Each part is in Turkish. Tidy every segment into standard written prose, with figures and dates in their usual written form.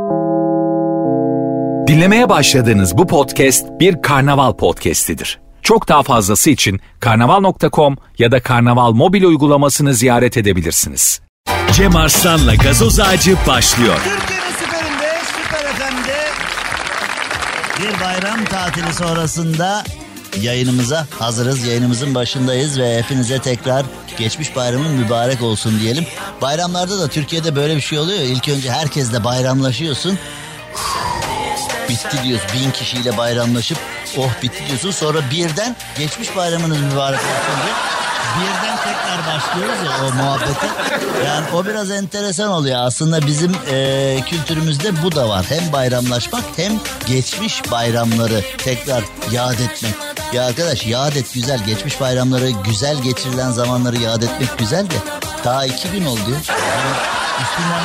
Dinlemeye başladığınız bu podcast bir karnaval podcastidir. Çok daha fazlası için karnaval.com ya da karnaval mobil uygulamasını ziyaret edebilirsiniz. Cem Arslan'la Gazoz Ağacı başlıyor. Türkiye'nin süperinde, Süper FM'de bir bayram tatili sonrasında yayınımıza hazırız. Yayınımızın başındayız ve hepinize tekrar geçmiş bayramın mübarek olsun diyelim. Bayramlarda da Türkiye'de böyle bir şey oluyor. İlk önce herkesle bayramlaşıyorsun. Bitti diyorsun, 1000 kişiyle bayramlaşıp oh bitti diyorsun. Sonra birden geçmiş bayramınız mübarek olsun diye birden tekrar başlıyoruz ya o muhabbete. Yani o biraz enteresan oluyor. Aslında bizim kültürümüzde bu da var. Hem bayramlaşmak hem geçmiş bayramları tekrar yad etmek. Ya arkadaş, yad et güzel. Geçmiş bayramları, güzel geçirilen zamanları yad etmek güzel de daha 2 gün oldu. Yani üstünden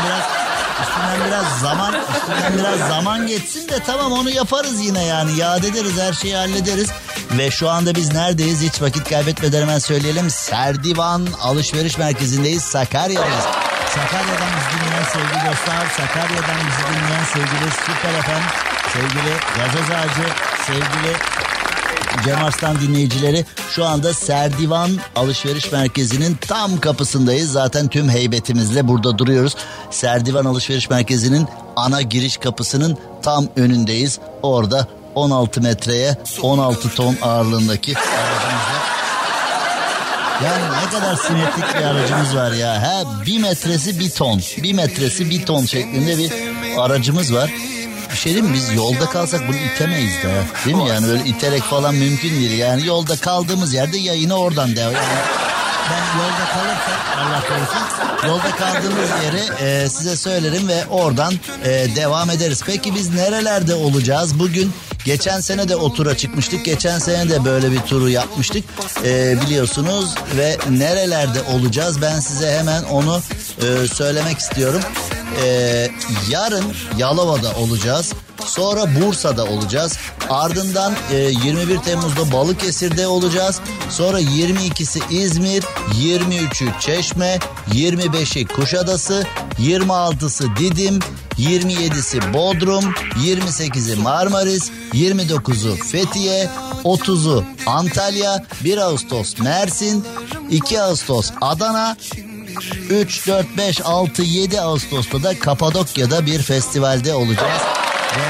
biraz zaman geçsin de tamam, onu yaparız yine yani. Yad ederiz, her şeyi hallederiz. Ve şu anda biz neredeyiz? Hiç vakit kaybetmeden hemen söyleyelim. Serdivan Alışveriş Merkezi'ndeyiz. Sakarya'dayız. Sakarya'dan bizi dinleyen sevgili dostlar, Sakarya'dan bizi dinleyen sevgili Süper FM, sevgili Gazoz Ağacı, sevgili Cem Arslan dinleyicileri, şu anda Serdivan Alışveriş Merkezi'nin tam kapısındayız. Zaten tüm heybetimizle burada duruyoruz. Serdivan Alışveriş Merkezi'nin ana giriş kapısının tam önündeyiz. Orada 16 metreye 16 ton ağırlığındaki aracımızla. Yani ne kadar simetrik bir aracımız var ya. 1 metresi 1 ton. 1 metresi 1 ton şeklinde bir aracımız var. Bir şey değil mi? Biz yolda kalsak bunu itemeyiz de. Değil mi? Yani öyle iterek falan mümkün değil. Yani yolda kaldığımız yerde yayını oradan devam. Yani ben yolda kalırsam, Allah korusun, yolda kaldığımız yeri size söylerim ve oradan devam ederiz. Peki biz nerelerde olacağız? Bugün geçen sene de o tura çıkmıştık. Geçen sene de böyle bir turu yapmıştık. Biliyorsunuz ve nerelerde olacağız? Ben size hemen onu söylemek istiyorum. Yarın Yalova'da olacağız. Sonra Bursa'da olacağız. Ardından 21 Temmuz'da Balıkesir'de olacağız. Sonra 22'si İzmir, 23'ü Çeşme, 25'i Kuşadası, 26'sı Didim, 27'si Bodrum, 28'i Marmaris, 29'u Fethiye, 30'u Antalya, 1 Ağustos Mersin, 2 Ağustos Adana, 3, 4, 5, 6, 7 Ağustos'ta da Kapadokya'da bir festivalde olacağız. Ve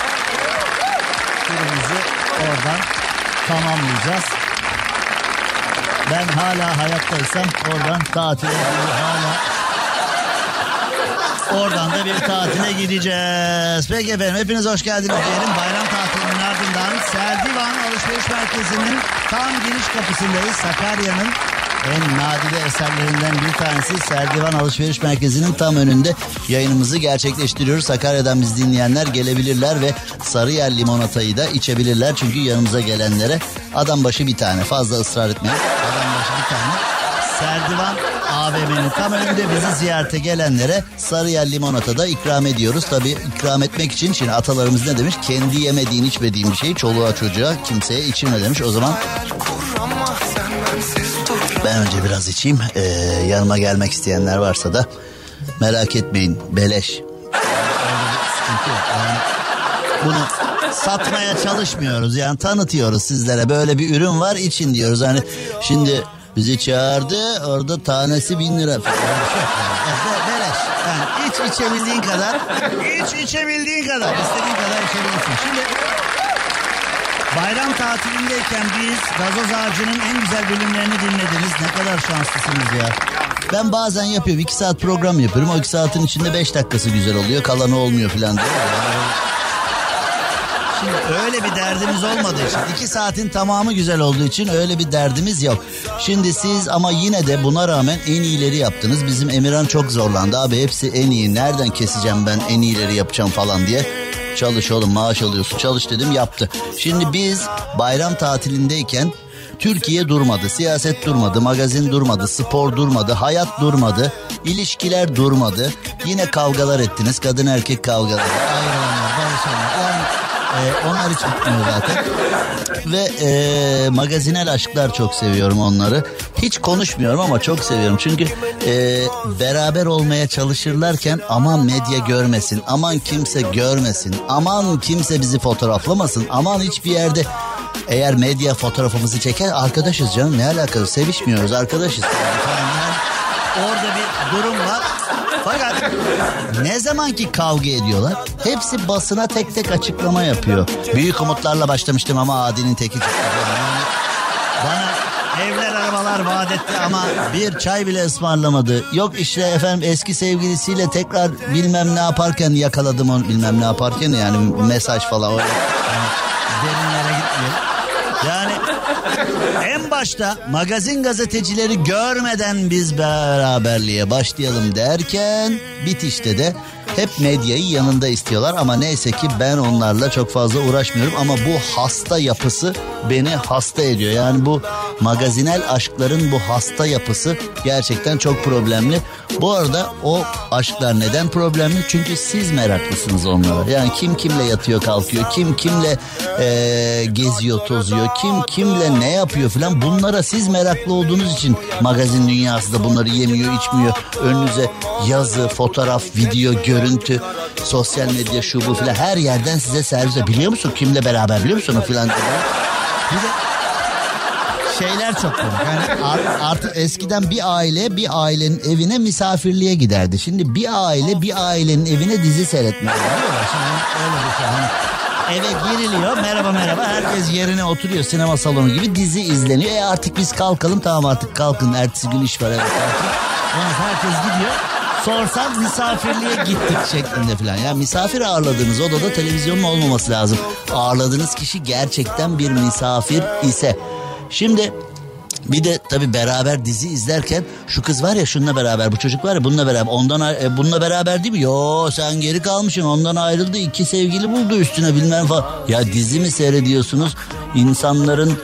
turumuzu oradan tamamlayacağız. Ben hala hayattaysam oradan tatile oradan da bir tatile gideceğiz. Peki efendim, hepiniz hoş geldiniz diyelim. Bayram tatilinin ardından Serdivan Alışveriş Merkezi'nin tam giriş kapısındayız. Sakarya'nın en nadide eserlerinden bir tanesi Serdivan Alışveriş Merkezi'nin tam önünde yayınımızı gerçekleştiriyoruz. Sakarya'dan bizi dinleyenler gelebilirler ve Sarıyer limonatayı da içebilirler. Çünkü yanımıza gelenlere adam başı bir tane, fazla ısrar etmeyin. Adam başı bir tane. Serdivan AVM'nin tam önünde bizi ziyarete gelenlere Sarıyer limonata da ikram ediyoruz. Tabii ikram etmek için, şimdi atalarımız ne demiş? Kendi yemediğin içmediğin bir şeyi çoluğa çocuğa kimseye içirme demiş. O zaman ben önce biraz içeyim. Yanıma gelmek isteyenler varsa da merak etmeyin, beleş. Sıkıntı yok. Yani bunu satmaya çalışmıyoruz. Yani tanıtıyoruz sizlere. Böyle bir ürün var, için diyoruz. Hani şimdi bizi çağırdı, orada tanesi 1000 lira. Beleş. Yani içebildiğin kadar, içebildiğin kadar, istediğin kadar içebilirsin. Şimdi bayram tatilindeyken biz Gazoz Ağacı'nın en güzel bölümlerini dinlediniz. Ne kadar şanslısınız ya. Ben bazen yapıyorum, 2 saat program yapıyorum. O 2 saatin içinde 5 dakikası güzel oluyor, kalanı olmuyor falan diyor. Şimdi öyle bir derdimiz olmadığı için, 2 saatin tamamı güzel olduğu için öyle bir derdimiz yok. Şimdi siz ama yine de buna rağmen en iyileri yaptınız. Bizim Emirhan çok zorlandı. Abi hepsi en iyi, nereden keseceğim ben en iyileri yapacağım falan diye. Çalış oğlum, maaş alıyorsun, çalış dedim, yaptı. Şimdi biz bayram tatilindeyken Türkiye durmadı, siyaset durmadı, magazin durmadı, spor durmadı, hayat durmadı, ilişkiler durmadı. Yine kavgalar ettiniz, kadın erkek kavgaları, ayrılanlar, barışanlar. Yani Onlar hiç bitmiyor zaten. Ve magazinel aşklar, çok seviyorum onları. Hiç konuşmuyorum ama çok seviyorum. Çünkü beraber olmaya çalışırlarken aman medya görmesin, aman kimse görmesin, aman kimse bizi fotoğraflamasın, aman hiçbir yerde eğer medya fotoğrafımızı çeker, arkadaşız canım, ne alakası, sevişmiyoruz, arkadaşız. Orada bir durum var. Fakat ne zaman ki kavga ediyorlar, hepsi basına tek tek açıklama yapıyor. Büyük umutlarla başlamıştım ama Adi'nin teki çıktı. Bana evler arabalar vaat etti ama bir çay bile ısmarlamadı. Yok işte efendim eski sevgilisiyle tekrar bilmem ne yaparken yakaladım onu. Bilmem ne yaparken yani mesaj falan. Yani derinlere gitmeyelim. Yani en başta magazin gazetecileri görmeden biz beraberliğe başlayalım derken bitişte de hep medyayı yanında istiyorlar ama neyse ki ben onlarla çok fazla uğraşmıyorum ama bu hasta yapısı beni hasta ediyor. Yani bu magazinel aşkların bu hasta yapısı gerçekten çok problemli. Bu arada o aşklar neden problemli? Çünkü siz meraklısınız onlara. Yani kim kimle yatıyor kalkıyor, kim kimle geziyor tozuyor, kim kimle ne yapıyor filan, bunlara siz meraklı olduğunuz için magazin dünyası da bunları yemiyor içmiyor. Önünüze yazı, fotoğraf, video, görüntü, sosyal medya, şu bu filan her yerden size servis ediyor. Biliyor musun kimle beraber, biliyor musun filan. Bir de şeyler çok komik. Yani artık eskiden bir aile bir ailenin evine misafirliğe giderdi. Şimdi bir aile bir ailenin evine dizi seyretmeye gidiyorlar. Şimdi öyle bir şey. Hani eve giriliyor, merhaba herkes yerine oturuyor, sinema salonu gibi dizi izleniyor. Artık biz kalkalım, tamam artık kalkın, ertesi gün iş var, evet kalkın. Ondan herkes gidiyor. Sorsan misafirliğe gittik şeklinde falan. Yani misafir ağırladığınız odada televizyonun olmaması lazım. Ağırladığınız kişi gerçekten bir misafir ise. Şimdi bir de tabii beraber dizi izlerken şu kız var ya şununla beraber, bu çocuk var ya bununla beraber, ondan bununla beraber değil mi? Yo sen geri kalmışsın, ondan ayrıldı, 2 sevgili buldu üstüne bilmem falan. Ya dizi mi seyrediyorsunuz? İnsanların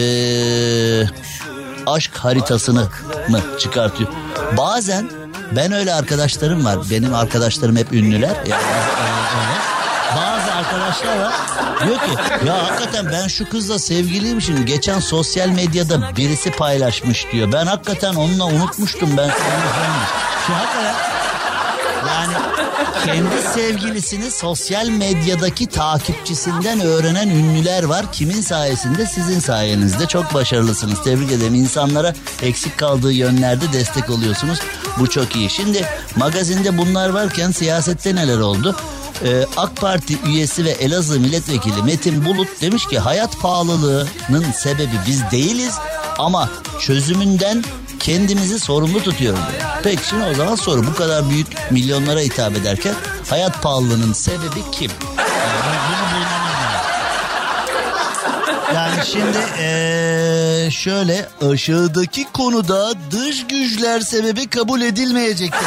aşk haritasını mı çıkartıyor? Bazen ben öyle arkadaşlarım var. Benim arkadaşlarım hep ünlüler. Yani, bazı arkadaşlar var. Diyor ki ya hakikaten ben şu kızla sevgiliymişim. Geçen sosyal medyada birisi paylaşmış diyor. Ben hakikaten onunla unutmuştum ben. Şu hakikaten yani kendi sevgilisini sosyal medyadaki takipçisinden öğrenen ünlüler var. Kimin sayesinde? Sizin sayenizde. Çok başarılısınız. Tebrik ederim. İnsanlara eksik kaldığı yönlerde destek oluyorsunuz. Bu çok iyi. Şimdi magazinde bunlar varken siyasette neler oldu? AK Parti üyesi ve Elazığ milletvekili Metin Bulut demiş ki hayat pahalılığının sebebi biz değiliz ama çözümünden kendimizi sorumlu tutuyoruz. Peki şimdi o zaman soru, bu kadar büyük milyonlara hitap ederken hayat pahalılığının sebebi kim? Yani bunu bulmamız lazım. Yani şimdi şöyle aşağıdaki konuda dış güçler sebebi kabul edilmeyecektir.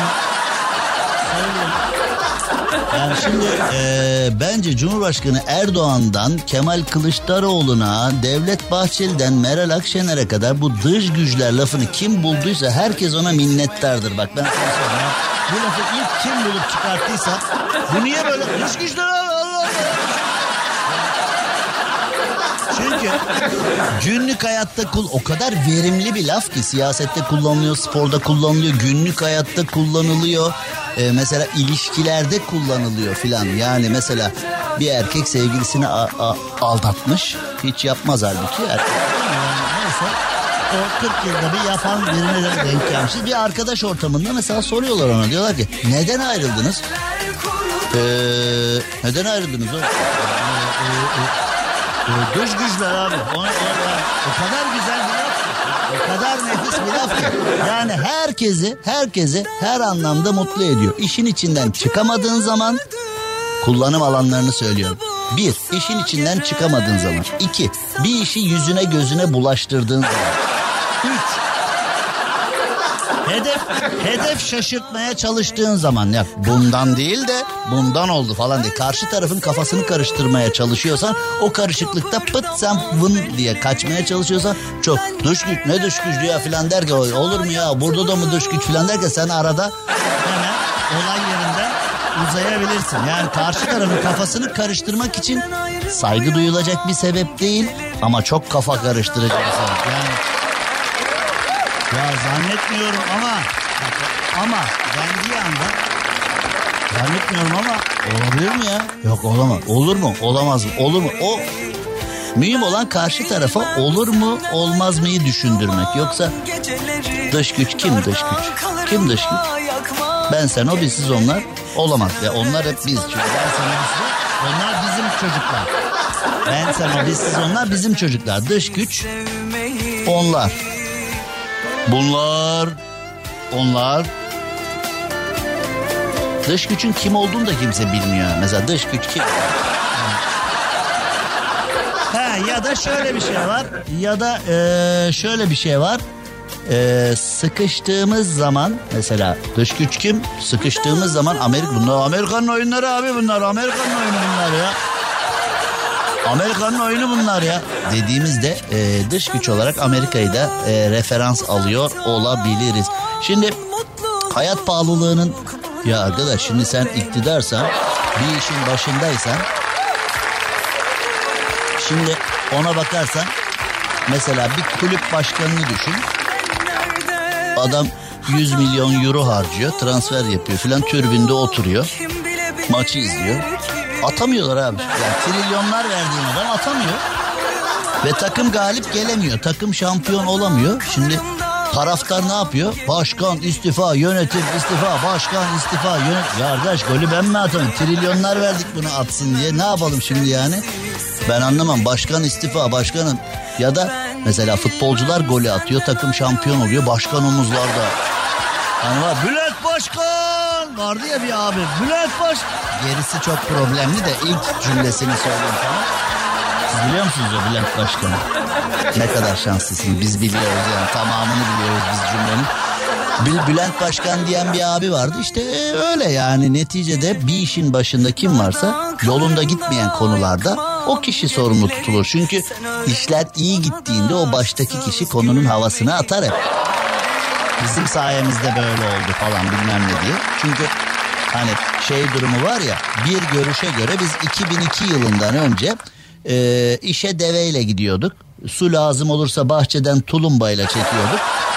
Yani şimdi bence Cumhurbaşkanı Erdoğan'dan Kemal Kılıçdaroğlu'na, Devlet Bahçeli'den Meral Akşener'e kadar bu dış güçler lafını kim bulduysa herkes ona minnettardır. Bak ben sana söyleyeyim. Bu lafı ilk kim bulup çıkarttıysa bu niye böyle dış güçler Allah. Çünkü günlük hayatta o kadar verimli bir laf ki siyasette kullanılıyor, sporda kullanılıyor, günlük hayatta kullanılıyor. Mesela ilişkilerde kullanılıyor filan. Yani mesela bir erkek sevgilisini aldatmış. Hiç yapmaz halbuki. Neyse o 40 yılda bir yapan birine de denk gelmiş. Bir arkadaş ortamında mesela soruyorlar ona. Diyorlar ki neden ayrıldınız? Neden ayrıldınız? Dış güçler abi. O kadar güzel bir laf ki. O kadar nefis bir laf ki. Yani herkesi her anlamda mutlu ediyor. İşin içinden çıkamadığın zaman kullanım alanlarını söylüyorum. 1. İşin içinden çıkamadığın zaman. 2. Bir işi yüzüne gözüne bulaştırdığın zaman. 3. Hedef şaşırtmaya çalıştığın zaman ya bundan değil de bundan oldu falan diye karşı tarafın kafasını karıştırmaya çalışıyorsan o karışıklıkta pıt sen vın diye kaçmaya çalışıyorsan çok dış güç ne dış güç ya filan derken olur mu ya burada da mı dış güç filan derken sen arada hemen olay yerinden uzayabilirsin. Yani karşı tarafın kafasını karıştırmak için saygı duyulacak bir sebep değil ama çok kafa karıştırıcı bir sebep. Yani ya zannetmiyorum ama dendiği anda zannetmiyorum ama olabilir mi ya? Yok olamaz. Olur mu? Olamaz mı? Olur mu? O mühim olan karşı tarafa olur mu olmaz mıyı düşündürmek. Yoksa dış güç kim dış güç? Kim dış güç? Ben sen o biz siz onlar olamaz. Ya onlar hep biz. Çünkü ben sen o biz siz onlar bizim çocuklar. Ben sen o biz siz onlar bizim çocuklar. Dış güç onlar. Bunlar onlar. Dış gücün kim olduğunu da kimse bilmiyor. Mesela dış güç kim? Ya da şöyle bir şey var. Ya da şöyle bir şey var. Sıkıştığımız zaman mesela dış güç kim? Sıkıştığımız zaman bunlar Amerika'nın oyunları abi bunlar. Amerika'nın oyunu bunlar ya. Amerika'nın oyunu bunlar ya. Dediğimizde dış güç olarak Amerika'yı da referans alıyor olabiliriz. Şimdi hayat pahalılığının ya arkadaş şimdi sen iktidarsan bir işin başındaysan şimdi ona bakarsan mesela bir kulüp başkanını düşün. Adam 100 milyon euro harcıyor, transfer yapıyor filan, tribünde oturuyor, maçı izliyor. Atamıyorlar abi. Yani trilyonlar verdiğin adam atamıyor. Ve takım galip gelemiyor. Takım şampiyon olamıyor. Şimdi taraftar ne yapıyor? Başkan istifa, yönetim istifa, başkan istifa, yönetim. Ya arkadaş golü ben mi atamam? Trilyonlar verdik bunu atsın diye. Ne yapalım şimdi yani? Ben anlamam. Başkan istifa, başkanım. Ya da mesela futbolcular golü atıyor, takım şampiyon oluyor, başkan omuzlarda. Hani var Bülent Başkan vardı ya bir abi. Bülent Başkan. Gerisi çok problemli de ilk cümlesini söyleyeyim sana. Siz biliyor musunuz o Bülent Başkan'ı? Ne kadar şanslısınız. Biz biliyoruz yani, tamamını biliyoruz biz cümlenin. Bülent Başkan diyen bir abi vardı. İşte öyle yani, neticede bir işin başında kim varsa yolunda gitmeyen konularda o kişi sorumlu tutulur. Çünkü işler iyi gittiğinde o baştaki kişi konunun havasını atar hep. Bizim sayemizde böyle oldu falan bilmem ne diye. Çünkü hani durumu var ya, bir görüşe göre biz 2002 yılından önce işe deveyle gidiyorduk. Su lazım olursa bahçeden tulumbayla çekiyorduk.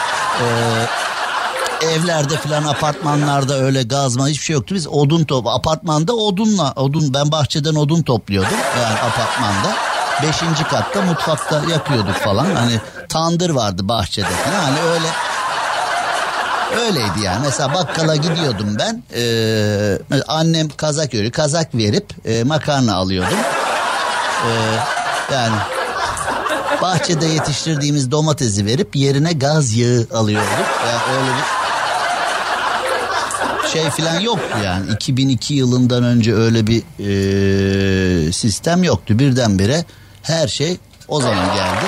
Evlerde filan, apartmanlarda öyle gazma hiçbir şey yoktu. Biz apartmanda ben bahçeden odun topluyordum yani apartmanda. 5. katta mutfakta yakıyorduk falan. Hani tandır vardı bahçede falan. Hani öyleydi yani. Mesela bakkala gidiyordum ben. Annem kazak örüyor. Kazak verip makarna alıyordum. Yani bahçede yetiştirdiğimiz domatesi verip yerine gaz yağı alıyorduk. Yani öyle bir falan yoktu yani. 2002 yılından önce öyle bir sistem yoktu. Birdenbire her şey o zaman geldi.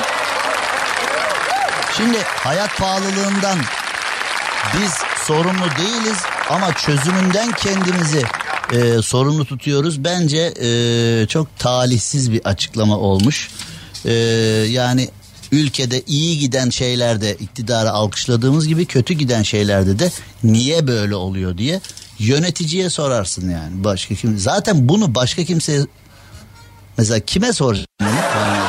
Şimdi hayat pahalılığından biz sorumlu değiliz ama çözümünden kendimizi sorumlu tutuyoruz. Bence çok talihsiz bir açıklama olmuş. Yani ülkede iyi giden şeylerde iktidarı alkışladığımız gibi kötü giden şeylerde de niye böyle oluyor diye yöneticiye sorarsın yani. Başka kim? Zaten bunu başka kimseye, mesela kime soracaksın? Yani,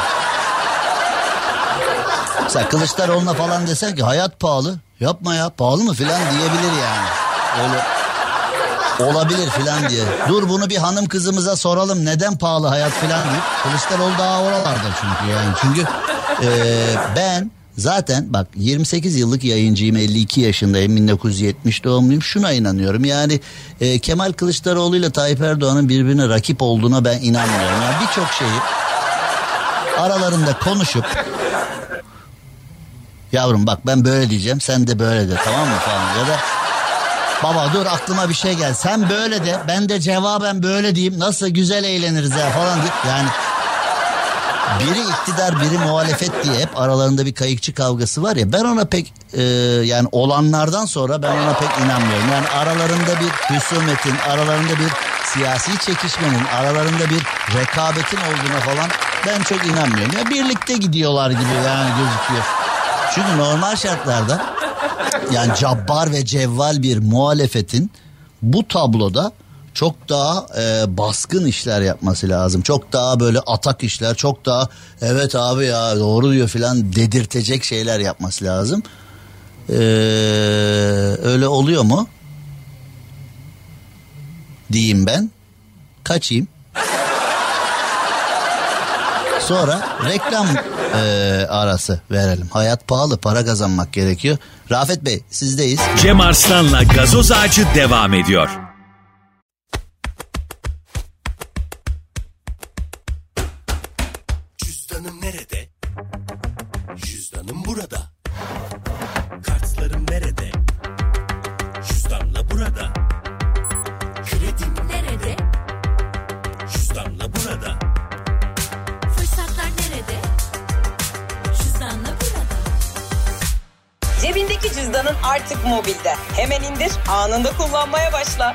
mesela Kılıçdaroğlu'na falan desen ki hayat pahalı. Yapma ya, pahalı mı filan diyebilir yani. Öyle olabilir filan diye. Dur bunu bir hanım kızımıza soralım, neden pahalı hayat filan deyip. Kılıçdaroğlu daha oralarda çünkü yani. Çünkü ben zaten bak 28 yıllık yayıncıyım, 52 yaşındayım, 1970 doğumluyum. Şuna inanıyorum yani, Kemal Kılıçdaroğlu ile Tayyip Erdoğan'ın birbirine rakip olduğuna ben inanmıyorum. Yani birçok şeyi aralarında konuşup, yavrum bak ben böyle diyeceğim, sen de böyle de, tamam mı falan, ya da baba dur aklıma bir şey gel, sen böyle de, ben de cevaben böyle diyeyim, nasıl güzel eğleniriz ya falan diye. Yani biri iktidar biri muhalefet diye hep aralarında bir kayıkçı kavgası var ya, ben ona pek yani olanlardan sonra ben ona pek inanmıyorum. Yani aralarında bir husumetin, aralarında bir siyasi çekişmenin, aralarında bir rekabetin olduğuna falan ben çok inanmıyorum. Ya birlikte gidiyorlar gibi yani gözüküyor. Çünkü normal şartlarda yani cabbar ve cevval bir muhalefetin bu tabloda çok daha baskın işler yapması lazım. Çok daha böyle atak işler, çok daha evet abi ya doğru diyor filan dedirtecek şeyler yapması lazım. Öyle oluyor mu? Diyeyim ben. Kaçayım. Sonra reklam arası verelim. Hayat pahalı, para kazanmak gerekiyor. Rafet Bey, sizdeyiz. Cem Arslan'la Gazoz Ağacı devam ediyor. Cüzdanım nerede? Cüzdanım burada. Kartlarım nerede? Cüzdanla burada. Kredim nerede? Cüzdanla burada. Fırsatlar nerede? Cüzdanla burada. Cebindeki cüzdanın artık mobilde. Hemen indir, anında kullanmaya başla.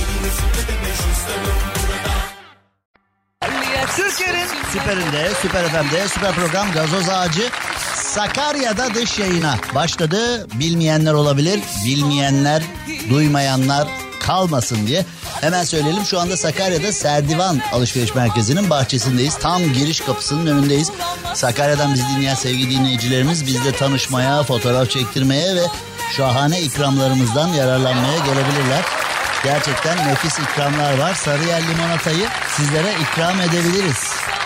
Türkiye'nin süperinde, Süper FM'de, süper program Gazoz Ağacı Sakarya'da dış yayına başladı. Bilmeyenler olabilir, bilmeyenler, duymayanlar kalmasın diye. Hemen söyleyelim, şu anda Sakarya'da Serdivan Alışveriş Merkezi'nin bahçesindeyiz. Tam giriş kapısının önündeyiz. Sakarya'dan bizi dinleyen sevgili dinleyicilerimiz bizle tanışmaya, fotoğraf çektirmeye ve şahane ikramlarımızdan yararlanmaya gelebilirler. Gerçekten nefis ikramlar var. Sarıyer limonatayı sizlere ikram edebiliriz.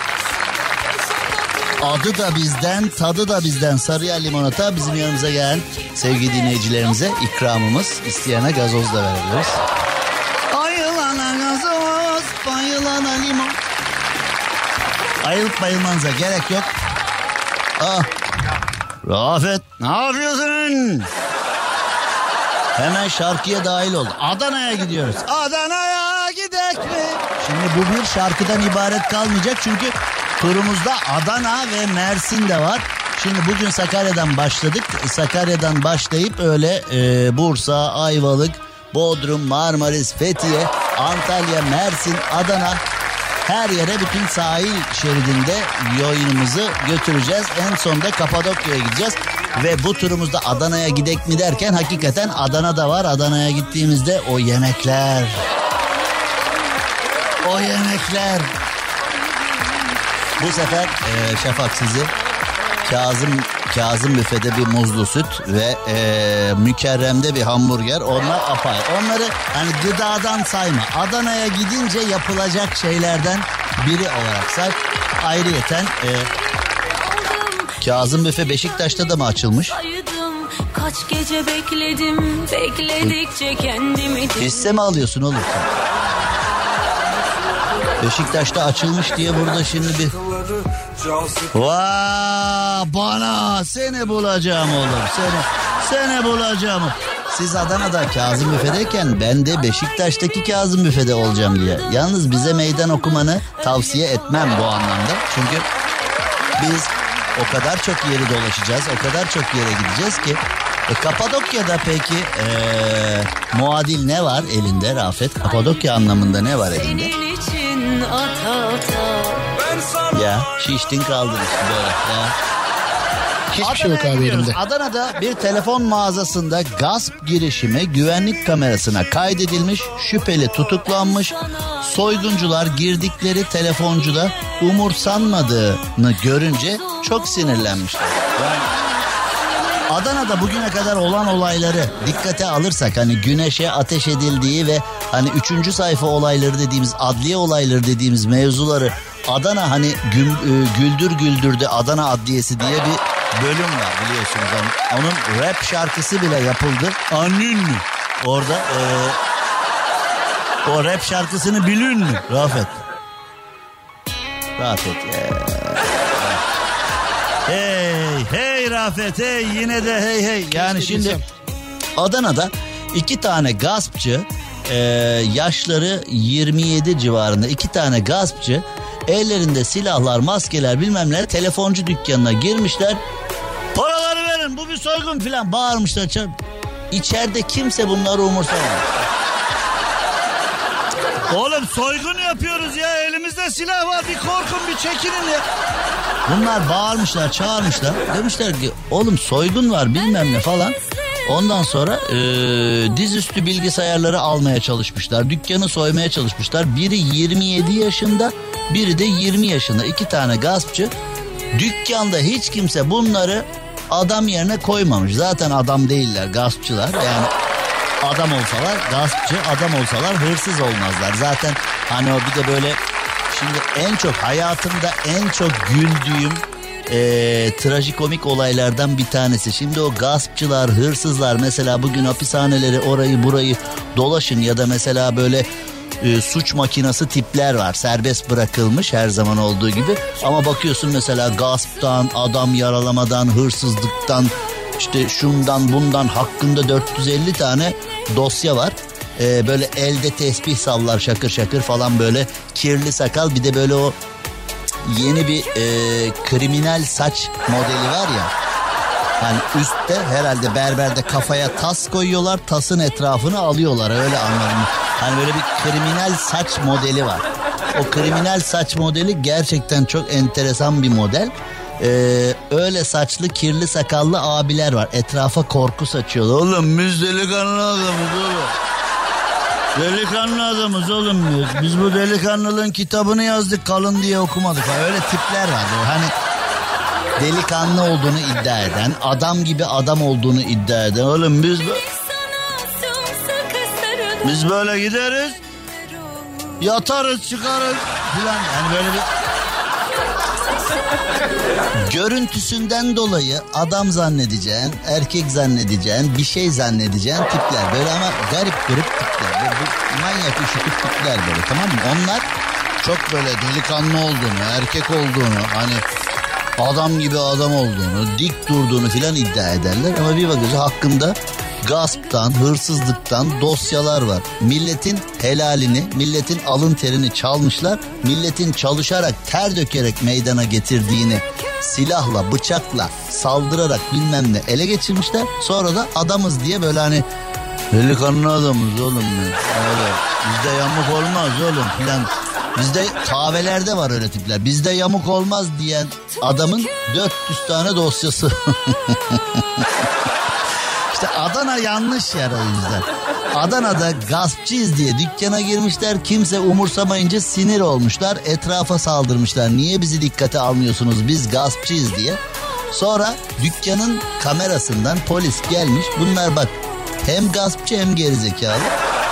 Adı da bizden, tadı da bizden. Sarıyer limonata bizim yanımıza gelen sevgili dinleyicilerimize ikramımız. İsteyene gazoz da verebiliriz. Ayılana gazoz, bayılana limon. Ayılıp bayılmanıza gerek yok. Rafet, ne yapıyorsun? Hemen şarkıya dahil ol. Adana'ya gidiyoruz. Adana'ya gidek mi? Şimdi bu bir şarkıdan ibaret kalmayacak. Çünkü turumuzda Adana ve Mersin de var. Şimdi bugün Sakarya'dan başladık. Sakarya'dan başlayıp öyle Bursa, Ayvalık, Bodrum, Marmaris, Fethiye, Antalya, Mersin, Adana... Her yere, bütün sahil şeridinde yayınımızı götüreceğiz. En sonunda Kapadokya'ya gideceğiz. Ve bu turumuzda Adana'ya gidek mi derken hakikaten Adana'da var. Adana'ya gittiğimizde o yemekler. O yemekler. Bu sefer Şafak sizi Kazım Büfe'de bir muzlu süt ve Mükerrem'de bir hamburger. Onlar apayrı. Onları hani gıdadan sayma. Adana'ya gidince yapılacak şeylerden biri olarak say. Ayrıyeten Kazım Büfe Beşiktaş'ta da mı açılmış? Kaç gece bekledikçe kendimi... Hisse mi alıyorsun oğlum sen? Beşiktaş'ta açılmış diye burada şimdi bir... Vaa, bana seni bulacağım oğlum, seni bulacağım. Siz Adana'da Kazım Büfe'deyken ben de Beşiktaş'taki Kazım Büfe'de olacağım diye. Yalnız bize meydan okumanı tavsiye etmem bu anlamda. Çünkü biz o kadar çok yeri dolaşacağız, o kadar çok yere gideceğiz ki. Kapadokya'da peki muadil ne var elinde Rafet? Kapadokya anlamında ne var elinde? Ya şiştin kaldın işte böyle ya. Hiçbir şey yok abi elimde. Adana'da bir telefon mağazasında gasp girişimi güvenlik kamerasına kaydedilmiş, şüpheli tutuklanmış. Soyguncular girdikleri telefoncuda umursanmadığını görünce çok sinirlenmişler. Yani Adana'da bugüne kadar olan olayları dikkate alırsak, hani güneşe ateş edildiği ve hani 3. sayfa olayları dediğimiz, adliye olayları dediğimiz mevzuları, Adana hani Güldür Güldür'de Adana Adliyesi diye bir bölüm var biliyorsunuz. Yani onun rap şarkısı bile yapıldı. Anın mı? Orada o rap şarkısını bilin mi Rafet? Rafet. Hey Rafet, hey, yine de hey. Yani şimdi Adana'da 2 tane gaspçı, yaşları 27 civarında 2 tane gaspçı, ellerinde silahlar, maskeler, bilmem neler, telefoncu dükkanına girmişler. Paraları verin, bu bir soygun filan bağırmışlar. İçeride kimse bunları umursamamış. Oğlum soygun yapıyoruz ya, elimizde silah var, bir korkun, bir çekinin ya. Bunlar bağırmışlar, çağırmışlar. Demişler ki oğlum soygun var bilmem ne falan. Ondan sonra dizüstü bilgisayarları almaya çalışmışlar. Dükkanı soymaya çalışmışlar. Biri 27 yaşında, biri de 20 yaşında. 2 tane gaspçı. Dükkanda hiç kimse bunları adam yerine koymamış. Zaten adam değiller, gaspçılar. Yani adam olsalar gaspçı, adam olsalar hırsız olmazlar. Zaten hani o bir de böyle şimdi en çok hayatımda en çok güldüğüm trajikomik olaylardan bir tanesi. Şimdi o gaspçılar, hırsızlar mesela bugün hapishaneleri orayı burayı dolaşın ya da mesela böyle suç makinası tipler var. Serbest bırakılmış her zaman olduğu gibi. Ama bakıyorsun mesela gasptan, adam yaralamadan, hırsızlıktan, işte şundan bundan hakkında 450 tane dosya var. Böyle elde tesbih sallar şakır şakır falan, böyle kirli sakal, bir de böyle o yeni bir kriminal saç modeli var ya. Hani üstte herhalde berberde kafaya tas koyuyorlar, tasın etrafını alıyorlar, öyle anladım. Hani böyle bir kriminal saç modeli var. O kriminal saç modeli gerçekten çok enteresan bir model. Öyle saçlı kirli sakallı abiler var. Etrafa korku saçıyorlar. Oğlum biz delikanlı adamız oğlum. Delikanlı adamız oğlum. Biz bu delikanlılığın kitabını yazdık, kalın diye okumadık. Öyle tipler var. Hani delikanlı olduğunu iddia eden, adam gibi adam olduğunu iddia eden. Oğlum biz böyle gideriz, yatarız, çıkarız filan. Yani böyle bir görüntüsünden dolayı adam zannedeceğin, erkek zannedeceğin, bir şey zannedeceğin tipler. Böyle ama garip tipler. Böyle manyak üşütük tipler böyle, tamam mı? Onlar çok böyle delikanlı olduğunu, erkek olduğunu, hani adam gibi adam olduğunu, dik durduğunu filan iddia ederler. Ama bir bakıyorsun hakkında gasptan, hırsızlıktan dosyalar var. Milletin helalini, milletin alın terini çalmışlar. Milletin çalışarak, ter dökerek meydana getirdiğini silahla, bıçakla saldırarak bilmem ne ele geçirmişler. Sonra da adamız diye böyle hani delikanlı adamız oğlum. Öyle. Bizde yamuk olmaz oğlum filan. Bizde kahvelerde var öyle tipler. Bizde yamuk olmaz diyen adamın 400 tane dosyası. İşte Adana yanlış yer o yüzden. Adana'da gaspçıyız diye dükkana girmişler. Kimse umursamayınca sinir olmuşlar. Etrafa saldırmışlar. Niye bizi dikkate almıyorsunuz? Biz gaspçıyız diye. Sonra dükkanın kamerasından polis gelmiş. Bunlar bak hem gaspçı hem gerizekalı.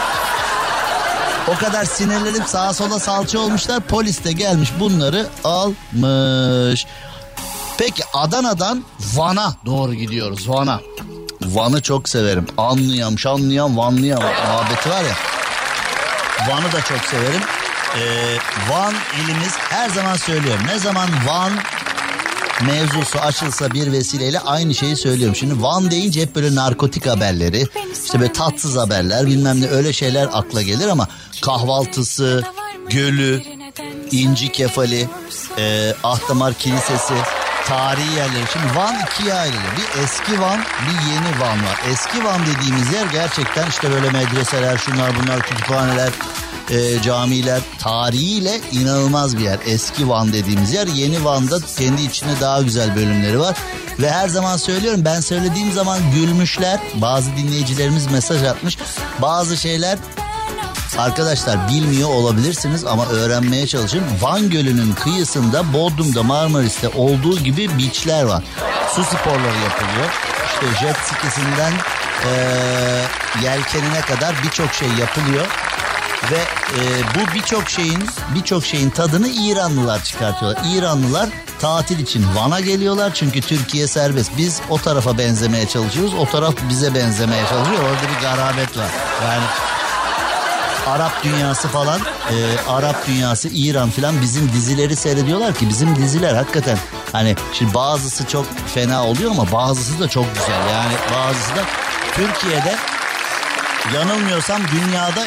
O kadar sinirlenip sağa sola salça olmuşlar. Polis de gelmiş bunları almış. Peki Adana'dan Van'a doğru gidiyoruz. Van'ı çok severim. Anlayan, şanlayan, Vanlıyan muhabbeti var ya. Van'ı da çok severim. Van ilimiz, her zaman söylüyorum. Ne zaman Van mevzusu açılsa bir vesileyle aynı şeyi söylüyorum. Şimdi Van deyince hep böyle narkotik haberleri, işte böyle tatsız haberler, bilmem ne öyle şeyler akla gelir ama kahvaltısı, gölü, İnci Kefali, Ahdamar Kilisesi, tarihi yerleri. Şimdi Van ikiye ayrılıyor. Bir eski Van, bir yeni Van var. Eski Van dediğimiz yer gerçekten işte böyle medreseler, şunlar bunlar, kütüphaneler, camiler, tarihiyle inanılmaz bir yer. Eski Van dediğimiz yer. Yeni Van'da kendi içinde daha güzel bölümleri var. Ve her zaman söylüyorum, ben söylediğim zaman gülmüşler. Bazı dinleyicilerimiz mesaj atmış. Bazı şeyler arkadaşlar bilmiyor olabilirsiniz ama öğrenmeye çalışın. Van Gölü'nün kıyısında, Bodrum'da, Marmaris'te olduğu gibi beachler var. Su sporları yapılıyor. İşte jet skisinden yelkenine kadar birçok şey yapılıyor. Ve bu birçok şeyin tadını İranlılar çıkartıyorlar. İranlılar tatil için Van'a geliyorlar çünkü Türkiye serbest. Biz o tarafa benzemeye çalışıyoruz. O taraf bize benzemeye çalışıyor. Orada bir garabet var. Yani Arap dünyası falan, Arap dünyası, İran falan bizim dizileri seyrediyorlar ki bizim diziler hakikaten hani şimdi bazısı çok fena oluyor ama bazısı da çok güzel. Yani bazısı da Türkiye'de yanılmıyorsam dünyada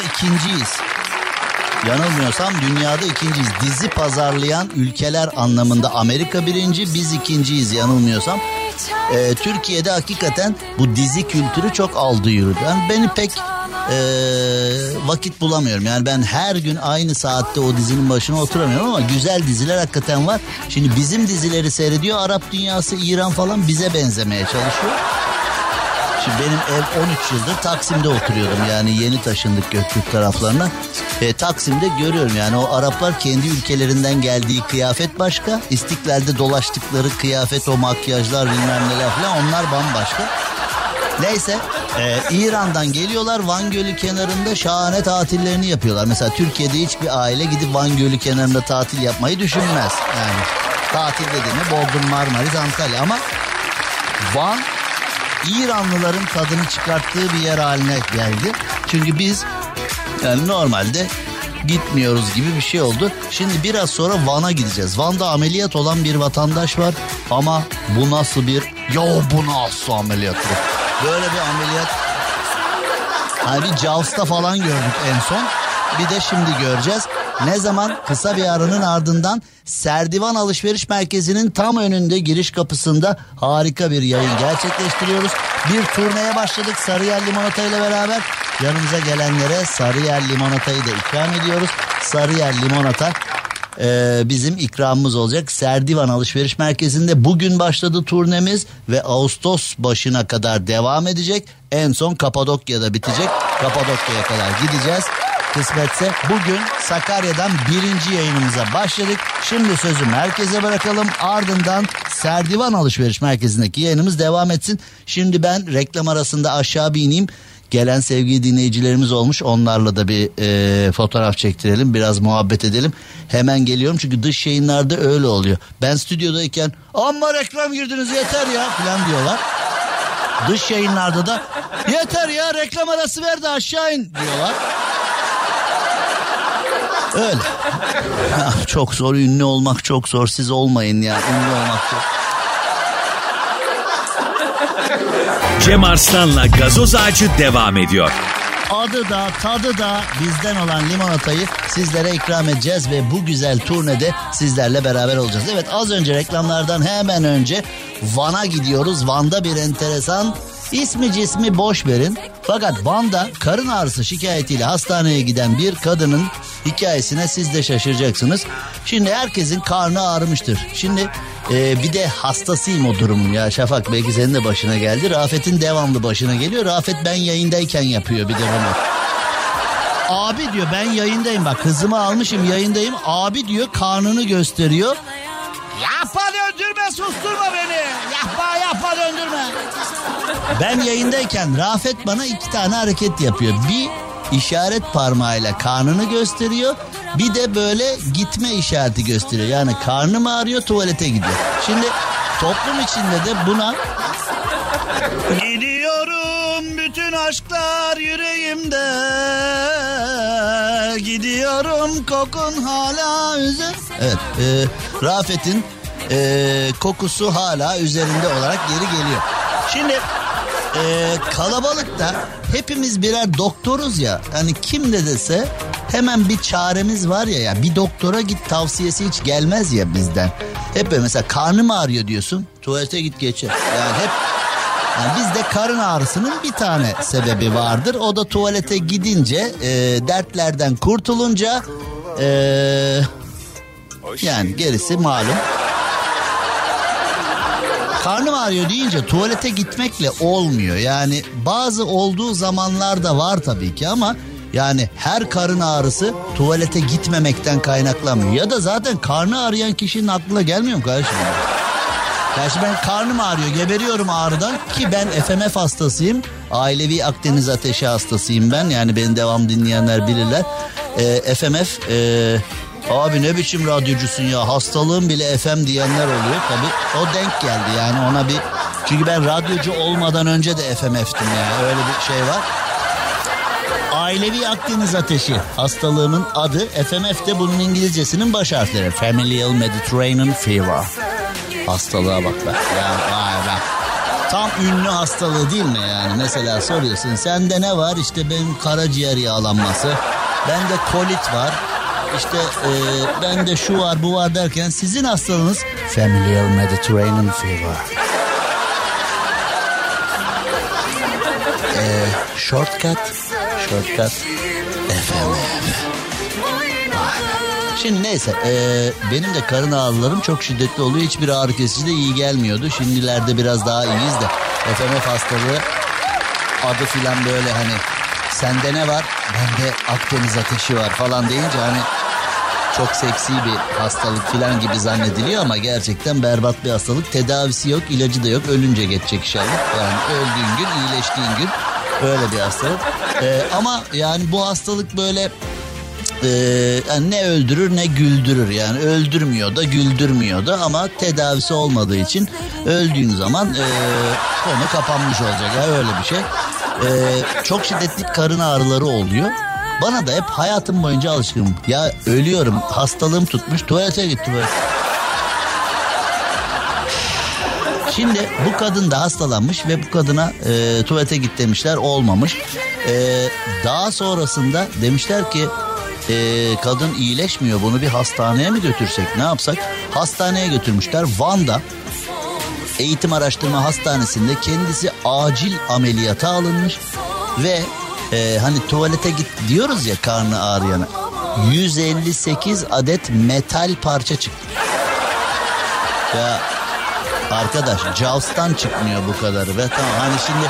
ikinciyiz. Dizi pazarlayan ülkeler anlamında Amerika birinci, biz ikinciyiz yanılmıyorsam. Türkiye'de hakikaten bu dizi kültürü çok aldı yürüdü. Yani beni pek vakit bulamıyorum. Yani ben her gün aynı saatte o dizinin başına oturamıyorum ama güzel diziler hakikaten var. Şimdi bizim dizileri seyrediyor Arap dünyası, İran falan bize benzemeye çalışıyor. Şimdi benim ev 13 yıldır Taksim'de oturuyordum. Yani yeni taşındık Göktürk taraflarına. Taksim'de görüyorum yani o Araplar kendi ülkelerinden geldiği kıyafet başka. İstiklal'de dolaştıkları kıyafet, o makyajlar bilmem neler falan, onlar bambaşka. Neyse İran'dan geliyorlar, Van Gölü kenarında şahane tatillerini yapıyorlar. Mesela Türkiye'de hiçbir aile gidip Van Gölü kenarında tatil yapmayı düşünmez. Yani tatil dediğimi Bodrum, Marmaris, Antalya, ama Van İranlıların tadını çıkarttığı bir yer haline geldi. Çünkü biz yani normalde gitmiyoruz gibi bir şey oldu. Şimdi biraz sonra Van'a gideceğiz. Van'da ameliyat olan bir vatandaş var. Ama bu nasıl bir... Ya bu nasıl ameliyat? Böyle bir ameliyat... Hani bir Jaws'ta falan gördük en son. Bir de şimdi göreceğiz. Ne zaman? Kısa bir aranın ardından Serdivan Alışveriş Merkezi'nin tam önünde, giriş kapısında harika bir yayın gerçekleştiriyoruz. Bir turneye başladık Sarıyer Limonata ile beraber. Yanımıza gelenlere Sarıyer Limonata'yı da ikram ediyoruz. Sarıyer Limonata bizim ikramımız olacak. Serdivan Alışveriş Merkezi'nde bugün başladı turnemiz ve Ağustos başına kadar devam edecek. En son Kapadokya'da bitecek. Kapadokya'ya kadar gideceğiz. Kısmetse bugün Sakarya'dan birinci yayınımıza başladık. Şimdi sözü merkeze bırakalım. Ardından Serdivan Alışveriş Merkezi'ndeki yayınımız devam etsin. Şimdi ben reklam arasında aşağı bir ineyim. Gelen sevgili dinleyicilerimiz olmuş. Onlarla da bir fotoğraf çektirelim. Biraz muhabbet edelim. Hemen geliyorum çünkü dış yayınlarda öyle oluyor. Ben stüdyodayken amma reklam girdiniz yeter ya falan diyorlar. Dış yayınlarda da yeter ya reklam arası ver de aşağı in diyorlar. Öyle. Çok zor, ünlü olmak çok zor. Siz olmayın ya, ünlü olmak çok. Cem Arslan'la Gazoz Ağacı devam ediyor. Adı da tadı da bizden olan limonatayı sizlere ikram edeceğiz ve bu güzel turnede sizlerle beraber olacağız. Evet, az önce reklamlardan hemen önce Van'a gidiyoruz. Van'da bir enteresan, ismi cismi boş verin. Fakat Van'da karın ağrısı şikayetiyle hastaneye giden bir kadının hikayesine siz de şaşıracaksınız. Şimdi herkesin karnı ağrımıştır. Şimdi bir de hastasıyım o durumun ya Şafak, belki senin de başına geldi. Rafet'in devamlı başına geliyor. Rafet ben yayındayken yapıyor bir de bunu. Abi diyor ben yayındayım, bak kızımı almışım yayındayım. Abi diyor karnını gösteriyor. Yapma döndürme, susturma beni. Yapma döndürme. Ben yayındayken Rafet bana 2 tane hareket yapıyor. Bir işaret parmağıyla karnını gösteriyor. Bir de böyle gitme işareti gösteriyor. Yani karnım ağrıyor, tuvalete gidiyor. Şimdi toplum içinde de buna gidiyorum bütün aşklar yüreğimde, gidiyorum kokun hala üzerinde. Evet, Rafet'in kokusu hala üzerinde olarak geri geliyor. Şimdi kalabalıkta hepimiz birer doktoruz ya. Hani kim de dese hemen bir çaremiz var ya. Bir doktora git tavsiyesi hiç gelmez ya bizden. Hep böyle mesela karnım ağrıyor diyorsun. Tuvalete git geçer. Yani hep yani bizde karın ağrısının bir tane sebebi vardır. O da tuvalete gidince dertlerden kurtulunca yani gerisi malum. Karnım ağrıyor deyince tuvalete gitmekle olmuyor. Yani bazı olduğu zamanlar da var tabii ki ama yani her karın ağrısı tuvalete gitmemekten kaynaklanmıyor. Ya da zaten karnı ağrıyan kişinin aklına gelmiyor mu kardeşim? Gerçi ben karnım ağrıyor, geberiyorum ağrıdan ki ben FMF hastasıyım. Ailevi Akdeniz ateşi hastasıyım ben. Yani beni devam dinleyenler bilirler. FMF... Abi ne biçim radyocusun ya, hastalığım bile FM diyenler oluyor. Tabii o denk geldi yani ona bir... Çünkü ben radyocu olmadan önce de FMF'tim yani, öyle bir şey var. Ailevi Akdeniz ateşi hastalığımın adı. FMF de bunun İngilizcesinin baş harfleri. Familial Mediterranean Fever. Hastalığa bak be. Ya vay be. Tam ünlü hastalığı değil mi yani? Mesela soruyorsun sende ne var? İşte benim karaciğer yağlanması. Bende kolit var. İşte bende şu var bu var derken sizin hastalığınız Familial Mediterranean Fever. Shortcut FMF. Şimdi neyse benim de karın ağrılarım çok şiddetli oluyor. Hiçbir ağrı kesici de iyi gelmiyordu. Şimdilerde biraz daha iyiyiz de FMF hastalığı adı filan böyle hani sende ne var? Bende Akdeniz ateşi var falan deyince hani çok seksi bir hastalık filan gibi zannediliyor ama gerçekten berbat bir hastalık. Tedavisi yok, ilacı da yok. Ölünce geçecek inşallah. Yani öldüğün gün, iyileştiğin gün öyle bir hastalık. Ama yani bu hastalık böyle yani ne öldürür ne güldürür. Yani öldürmüyor da güldürmüyor da ama tedavisi olmadığı için öldüğün zaman konu kapanmış olacak. Yani öyle bir şey. Çok şiddetli karın ağrıları oluyor. Bana da hep hayatım boyunca alışkınım. Ya ölüyorum, hastalığım tutmuş, tuvalete gittim. Şimdi bu kadın da hastalanmış ve bu kadına tuvalete git demişler, olmamış. Daha sonrasında demişler ki kadın iyileşmiyor, bunu bir hastaneye mi götürsek, ne yapsak? Hastaneye götürmüşler. Van'da Eğitim Araştırma Hastanesi'nde kendisi acil ameliyata alınmış ve hani tuvalete git diyoruz ya karnı ağrıyana, 158 adet metal parça çıktı. Ya arkadaş, Jaws'tan çıkmıyor bu kadarı be, tamam hani şimdi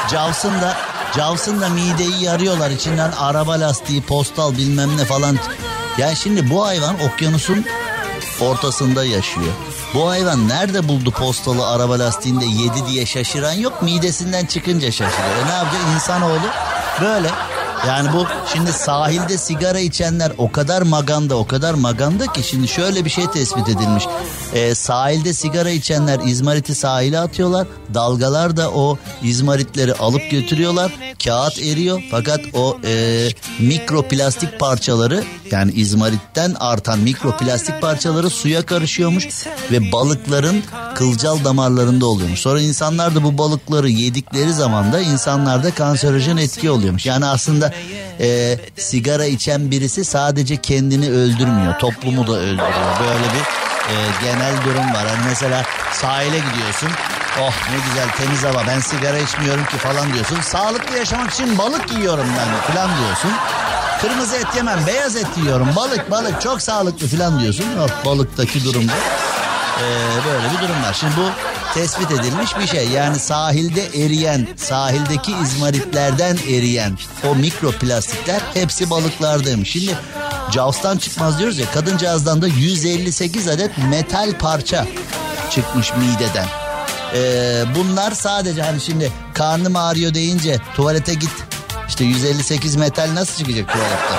Jaws'ın da mideyi yarıyorlar, içinden araba lastiği, postal bilmem ne falan. Yani şimdi bu hayvan okyanusun ortasında yaşıyor. Bu hayvan nerede buldu postalı, araba lastiğinde yedi diye şaşıran yok, midesinden çıkınca şaşırıyor. Ne yapacak insanoğlu? Böyle. Yani bu şimdi sahilde sigara içenler o kadar maganda ki şimdi şöyle bir şey tespit edilmiş. Sahilde sigara içenler izmariti sahile atıyorlar. Dalgalar da o izmaritleri alıp götürüyorlar. Kağıt eriyor fakat o mikroplastik parçaları, yani izmaritten artan mikroplastik parçaları suya karışıyormuş ve balıkların kılcal damarlarında oluyormuş. Sonra insanlar da bu balıkları yedikleri zaman da insanlarda kanserojen etki oluyormuş. Yani aslında sigara içen birisi sadece kendini öldürmüyor, toplumu da öldürüyor. Böyle bir genel durum var. Hani mesela sahile gidiyorsun, oh ne güzel temiz hava, ben sigara içmiyorum ki falan diyorsun. Sağlıklı yaşamak için balık yiyorum ben falan diyorsun. Kırmızı et yemem, beyaz et yiyorum, balık çok sağlıklı falan diyorsun. Oh, balıktaki durumda böyle bir durum var. Şimdi bu tespit edilmiş bir şey. Yani sahilde eriyen, sahildeki izmaritlerden eriyen o mikroplastikler hepsi balıklardaymış. Şimdi Jaws'tan çıkmaz diyoruz ya, kadıncağızdan da 158 adet metal parça çıkmış mideden. Bunlar sadece hani şimdi karnım ağrıyor deyince tuvalete git, işte 158 metal nasıl çıkacak tuvalette?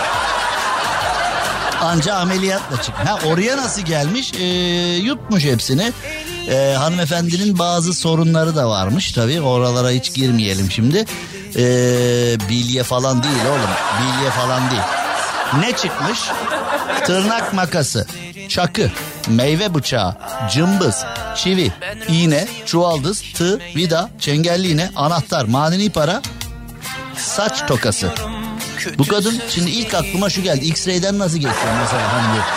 Anca ameliyatla çık. Oraya nasıl gelmiş? Yutmuş hepsini. Hanımefendinin bazı sorunları da varmış tabii. Oralara hiç girmeyelim şimdi. Bilye falan değil oğlum. Bilye falan değil. Ne çıkmış? Tırnak makası, çakı, meyve bıçağı, cımbız, çivi, iğne, çuvaldız, tığ, vida, çengelli iğne, anahtar, manevi para, saç tokası. Bu kadın, şimdi ilk aklıma şu geldi. X-ray'den nasıl geçiyor mesela hani bu?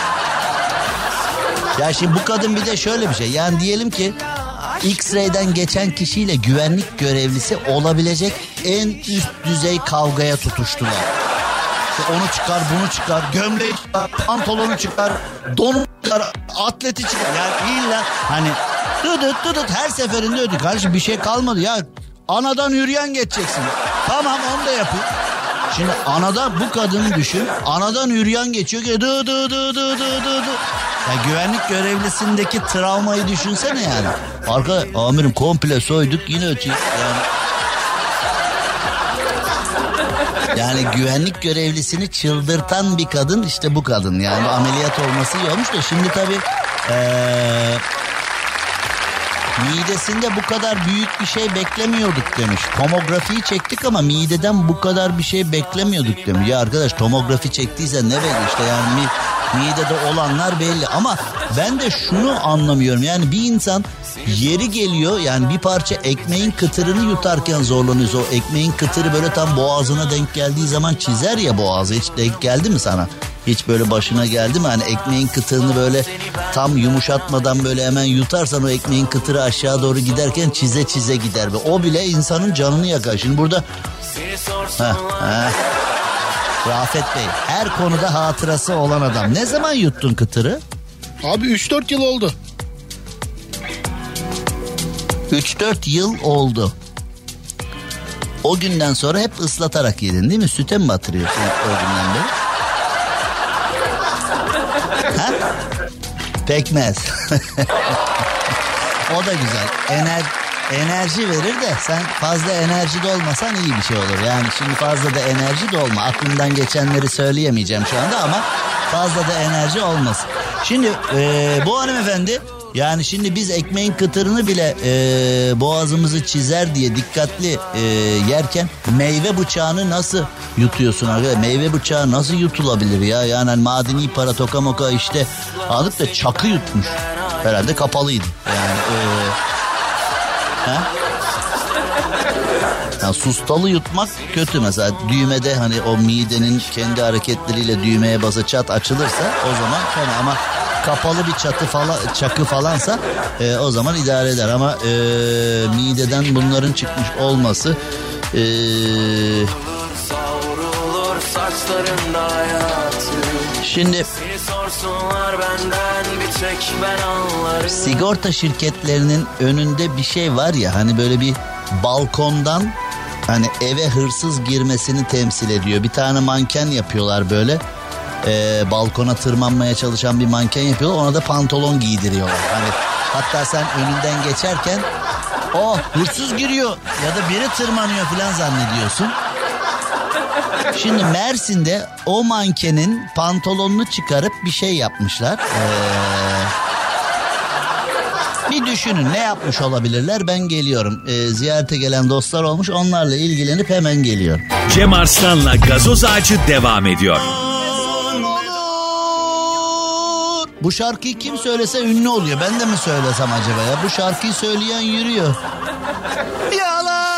Ya şimdi bu kadın bir de şöyle bir şey. Yani diyelim ki X-ray'den geçen kişiyle güvenlik görevlisi olabilecek en üst düzey kavgaya tutuştular. İşte onu çıkar, bunu çıkar, gömleği çıkar, pantolonu çıkar, donu çıkar, atleti çıkar. Yani illa hani dıdıt her seferinde ödü. Kardeşim bir şey kalmadı ya. Anadan yürüyen geçeceksin. Tamam, onu da yapayım. Şimdi anada bu kadını düşün. Anadan yürüyen geçiyor ki dı. Ya güvenlik görevlisindeki travmayı düşünsene yani. Arka amirim komple soyduk yine ötüyor. Yani güvenlik görevlisini çıldırtan bir kadın işte bu kadın. Yani ameliyat olması iyi olmuş da şimdi tabii midesinde bu kadar büyük bir şey beklemiyorduk demiş. Tomografiyi çektik ama mideden bu kadar bir şey beklemiyorduk demiş. Ya arkadaş, tomografi çektiyse ne belli işte yani midede olanlar belli. Ama ben de şunu anlamıyorum. Yani bir insan yeri geliyor, yani bir parça ekmeğin kıtırını yutarken zorlanıyorsa, o ekmeğin kıtırı böyle tam boğazına denk geldiği zaman çizer ya boğazı. Hiç denk geldi mi sana? Hiç böyle başına geldi mi? Hani ekmeğin kıtırını böyle tam yumuşatmadan böyle hemen yutarsan o ekmeğin kıtırı aşağı doğru giderken çize gider. O bile insanın canını yakar. Şimdi burada Rafet Bey, her konuda hatırası olan adam. Ne zaman yuttun kıtırı? Abi 3-4 yıl oldu. 3-4 yıl oldu. O günden sonra hep ıslatarak yedin değil mi? Süte mi batırıyorsun o günden beri? Ha? Pekmez. O da güzel. Enerji verir de sen fazla enerjide olmasan iyi bir şey olur. Yani şimdi fazla da enerji de olma. Aklımdan geçenleri söyleyemeyeceğim şu anda ama fazla da enerji olmasın. Şimdi bu hanımefendi, yani şimdi biz ekmeğin kıtırını bile boğazımızı çizer diye dikkatli yerken meyve bıçağını nasıl yutuyorsun arkadaşlar? Meyve bıçağı nasıl yutulabilir ya? Yani madeni para toka moka işte alıp da çakı yutmuş. Herhalde kapalıydı. Yani yani sustalı yutmak kötü. Mesela düğmede hani o midenin kendi hareketleriyle düğmeye basa çat açılırsa o zaman fena, ama kapalı bir çakı falansa o zaman idare eder. Ama mideden bunların çıkmış olması şimdi sigorta şirketlerinin önünde bir şey var ya, hani böyle bir balkondan hani eve hırsız girmesini temsil ediyor. Bir tane manken yapıyorlar böyle. Balkona tırmanmaya çalışan bir manken yapıyorlar. Ona da pantolon giydiriyorlar. Hani hatta sen önünden geçerken hırsız giriyor ya da biri tırmanıyor falan zannediyorsun. Şimdi Mersin'de o mankenin pantolonunu çıkarıp bir şey yapmışlar. Bir düşünün ne yapmış olabilirler, ben geliyorum. Ziyarete gelen dostlar olmuş, onlarla ilgilenip hemen geliyorum. Cem Arslan'la Gazoz Ağacı devam ediyor. Bu şarkıyı kim söylese ünlü oluyor. Ben de mi söylesem acaba ya? Bu şarkıyı söyleyen yürüyor. Yalan.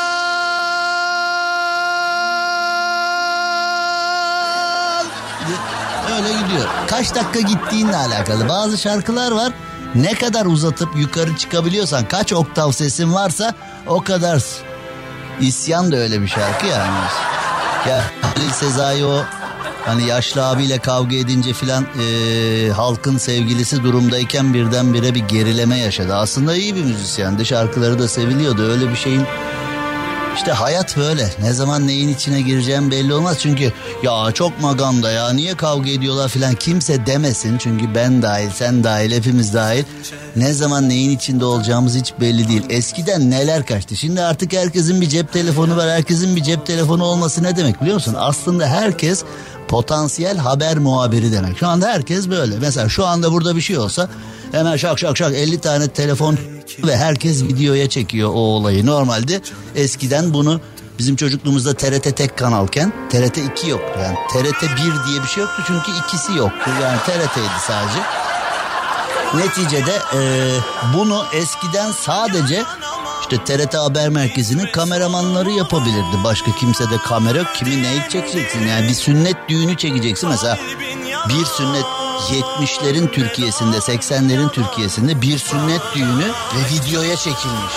Öyle gidiyor. Kaç dakika gittiğinle alakalı. Bazı şarkılar var. Ne kadar uzatıp yukarı çıkabiliyorsan, kaç oktav sesin varsa o kadar. İsyan da öyle bir şarkı yani. Ya Halil Sezai o hani yaşlı abiyle kavga edince filan halkın sevgilisi durumdayken birdenbire bir gerileme yaşadı. Aslında iyi bir müzisyendi, şarkıları da seviliyordu. Öyle bir şeyin işte, hayat böyle. Ne zaman neyin içine gireceğim belli olmaz. Çünkü ya çok maganda ya, niye kavga ediyorlar filan kimse demesin. Çünkü ben dahil, sen dahil, hepimiz dahil. Ne zaman neyin içinde olacağımız hiç belli değil. Eskiden neler kaçtı. Şimdi artık herkesin bir cep telefonu var. Herkesin bir cep telefonu olması ne demek biliyor musun? Aslında herkes potansiyel haber muhabiri demek. Şu anda herkes böyle. Mesela şu anda burada bir şey olsa hemen şak 50 tane telefon ve herkes videoya çekiyor o olayı. Normalde eskiden bunu bizim çocukluğumuzda TRT tek kanalken TRT 2 yoktu. Yani TRT 1 diye bir şey yoktu çünkü ikisi yoktu. Yani TRT'ydi sadece. Neticede bunu eskiden sadece işte TRT Haber Merkezi'nin kameramanları yapabilirdi. Başka kimse de kamera yok. Kimi neyi çekeceksin? Yani bir sünnet düğünü çekeceksin. Mesela bir sünnet 70'lerin Türkiye'sinde, 80'lerin Türkiye'sinde bir sünnet düğünü ve videoya çekilmiş.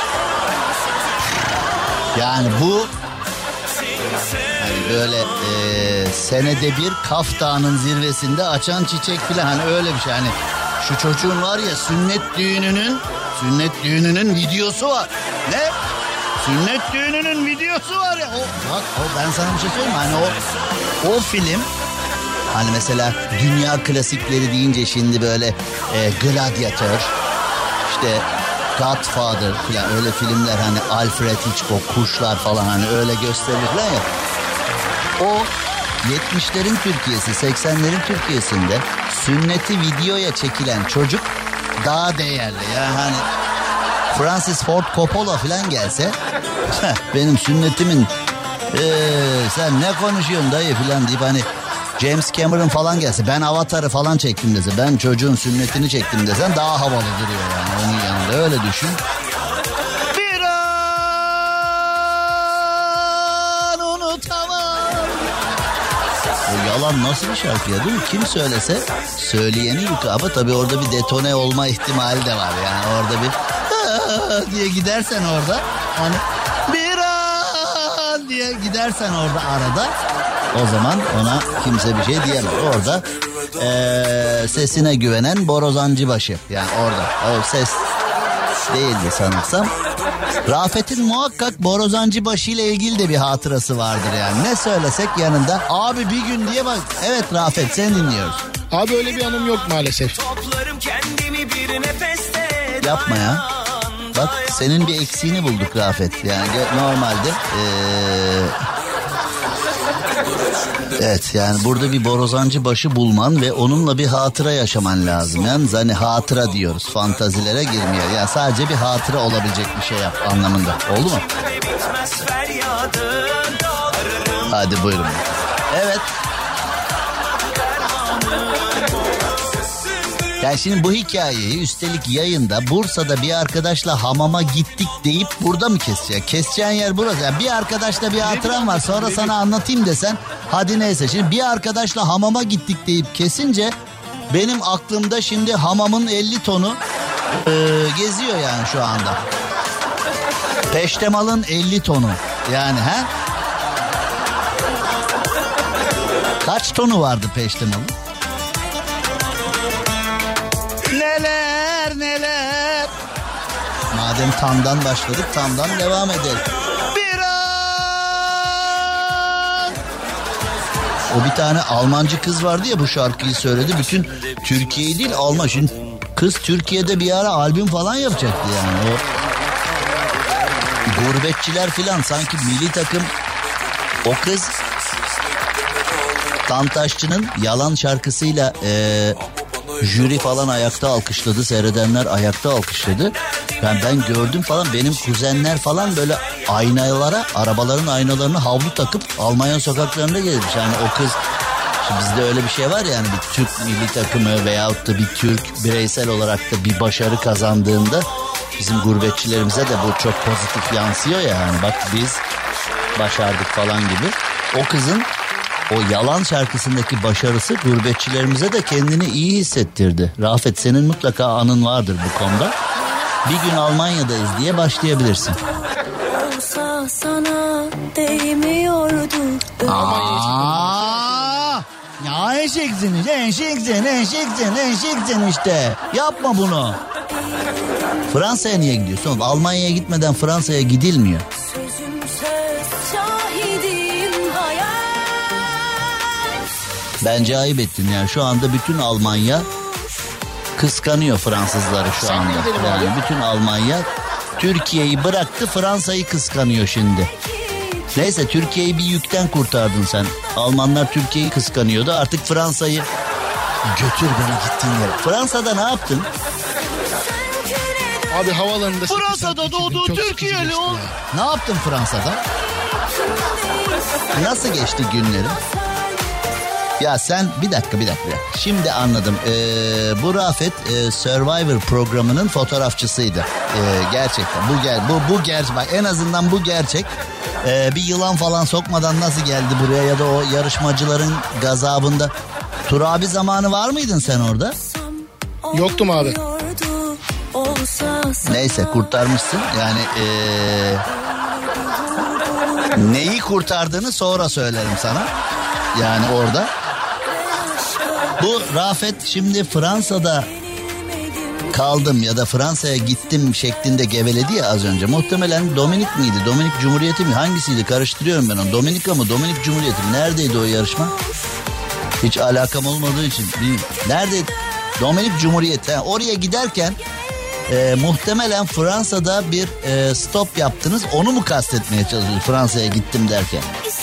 Yani bu hani böyle senede bir Kaf Dağı'nın zirvesinde açan çiçek falan, hani öyle bir şey. Hani şu çocuğun var ya sünnet düğününün videosu var. Ne? Sünnet düğününün videosu var ya. Ben sana bir şey söyleyeyim mi? Hani o film, hani mesela dünya klasikleri deyince şimdi böyle Gladiator, işte Godfather falan öyle filmler, hani Alfred Hitchcock, Kuşlar falan, hani öyle gösterilir falan ya. O 70'lerin Türkiye'si, 80'lerin Türkiye'sinde sünneti videoya çekilen çocuk daha değerli. Yani hani Francis Ford Coppola falan gelse benim sünnetimin sen ne konuşuyorsun dayı falan deyip, hani James Cameron falan gelse ben Avatar'ı falan çektim dese, ben çocuğun sünnetini çektim desen daha havalı duruyor yani onun yanında, öyle düşün. Bir an unutamam. O yalan nasıl bir şarkı ya, değil mi? Kim söylese söyleyeni yıkı, ama tabii orada bir detone olma ihtimali de var yani, orada bir diye gidersen orada, hani bir an diye gidersen orada arada, o zaman ona kimse bir şey diyemez. Orada sesine güvenen borazancıbaşı. Yani orada o ses değildi sanırsam. Rafet'in muhakkak borazancıbaşı ile ilgili de bir hatırası vardır yani. Ne söylesek yanında. Abi bir gün diye bak. Evet Rafet, seni dinliyoruz. Abi öyle bir anım yok maalesef. Yapma ya. Bak senin bir eksiğini bulduk Rafet. Yani normalde evet yani burada bir borazancıbaşı bulman ve onunla bir hatıra yaşaman lazım. Yani hani hatıra diyoruz, fantazilere girmiyor. Yani sadece bir hatıra olabilecek bir şey yap anlamında. Oldu mu? Hadi buyurun. Evet. Yani şimdi bu hikayeyi üstelik yayında Bursa'da bir arkadaşla hamama gittik deyip burada mı kesecek? Keseceğin yer burası. Yani bir arkadaşla bir hatıram var, sonra sana anlatayım desen hadi neyse. Şimdi bir arkadaşla hamama gittik deyip kesince benim aklımda şimdi hamamın 50 tonu geziyor yani şu anda. Peştemal'ın 50 tonu yani he? Kaç tonu vardı Peştemal'ın? Neler. Madem tamdan başladık, tamdan devam edelim. Bir an. O bir tane Almancı kız vardı ya bu şarkıyı söyledi. Bütün Türkiye'yi değil Alman. Şimdi kız Türkiye'de bir ara albüm falan yapacaktı yani. O gurbetçiler falan sanki milli takım. O kız Tantaşçı'nın Yalan şarkısıyla jüri falan ayakta alkışladı, seyredenler ayakta alkışladı. Yani ben gördüm falan, benim kuzenler falan böyle aynalara, arabaların aynalarını havlu takıp Almanya sokaklarında gelmiş. Yani o kız, şimdi bizde öyle bir şey var yani, bir Türk milli takımı veyahut da bir Türk bireysel olarak da bir başarı kazandığında bizim gurbetçilerimize de bu çok pozitif yansıyor ya. Yani bak biz başardık falan gibi. O kızın o Yalan şarkısındaki başarısı gurbetçilerimize de kendini iyi hissettirdi. Rafet, senin mutlaka anın vardır bu konuda. Bir gün Almanya'dayız diye başlayabilirsin. Olsa sana değmiyordu. Ya eşeksin işte. Yapma bunu. Fransa'ya niye gidiyorsun oğlum? Almanya'ya gitmeden Fransa'ya gidilmiyor. Sözüm söz, şahidim hayal. Bence ayıp ettin yani. Şu anda bütün Almanya kıskanıyor Fransızları şu anda. Yani bütün Almanya Türkiye'yi bıraktı, Fransa'yı kıskanıyor şimdi. Neyse, Türkiye'yi bir yükten kurtardın sen. Almanlar Türkiye'yi kıskanıyordu, artık Fransa'yı götür beni gittiğin yere. Fransa'da ne yaptın? Abi havalarında Fransa'da doğduğu Türkiye'li ol. Ne yaptın Fransa'da? Nasıl geçti günlerin? Ya sen bir dakika. Şimdi anladım. Bu Rafet Survivor programının fotoğrafçısıydı. Gerçekten bu gerçek. Bak en azından bu gerçek. Bir yılan falan sokmadan nasıl geldi buraya, ya da o yarışmacıların gazabında. Turabi zamanı var mıydın sen orada? Yoktum abi. Neyse, kurtarmışsın. Yani neyi kurtardığını sonra söylerim sana. Yani orada. Bu Rafet şimdi Fransa'da kaldım ya da Fransa'ya gittim şeklinde geveledi ya az önce. Muhtemelen Dominik miydi? Dominik Cumhuriyeti mi? Hangisiydi? Karıştırıyorum ben onu. Dominika mı? Dominik Cumhuriyeti mi? Neredeydi o yarışma? Hiç alakam olmadığı için bilmiyorum. Neredeydi? Dominik Cumhuriyeti. Yani oraya giderken muhtemelen Fransa'da bir stop yaptınız. Onu mu kastetmeye çalışıyorsunuz Fransa'ya gittim derken?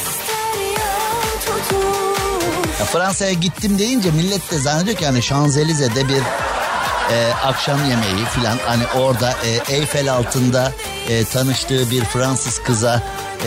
Ya Fransa'ya gittim deyince millet de zannediyor ki hani Şanzelize'de bir akşam yemeği filan, hani orada Eyfel altında tanıştığı bir Fransız kıza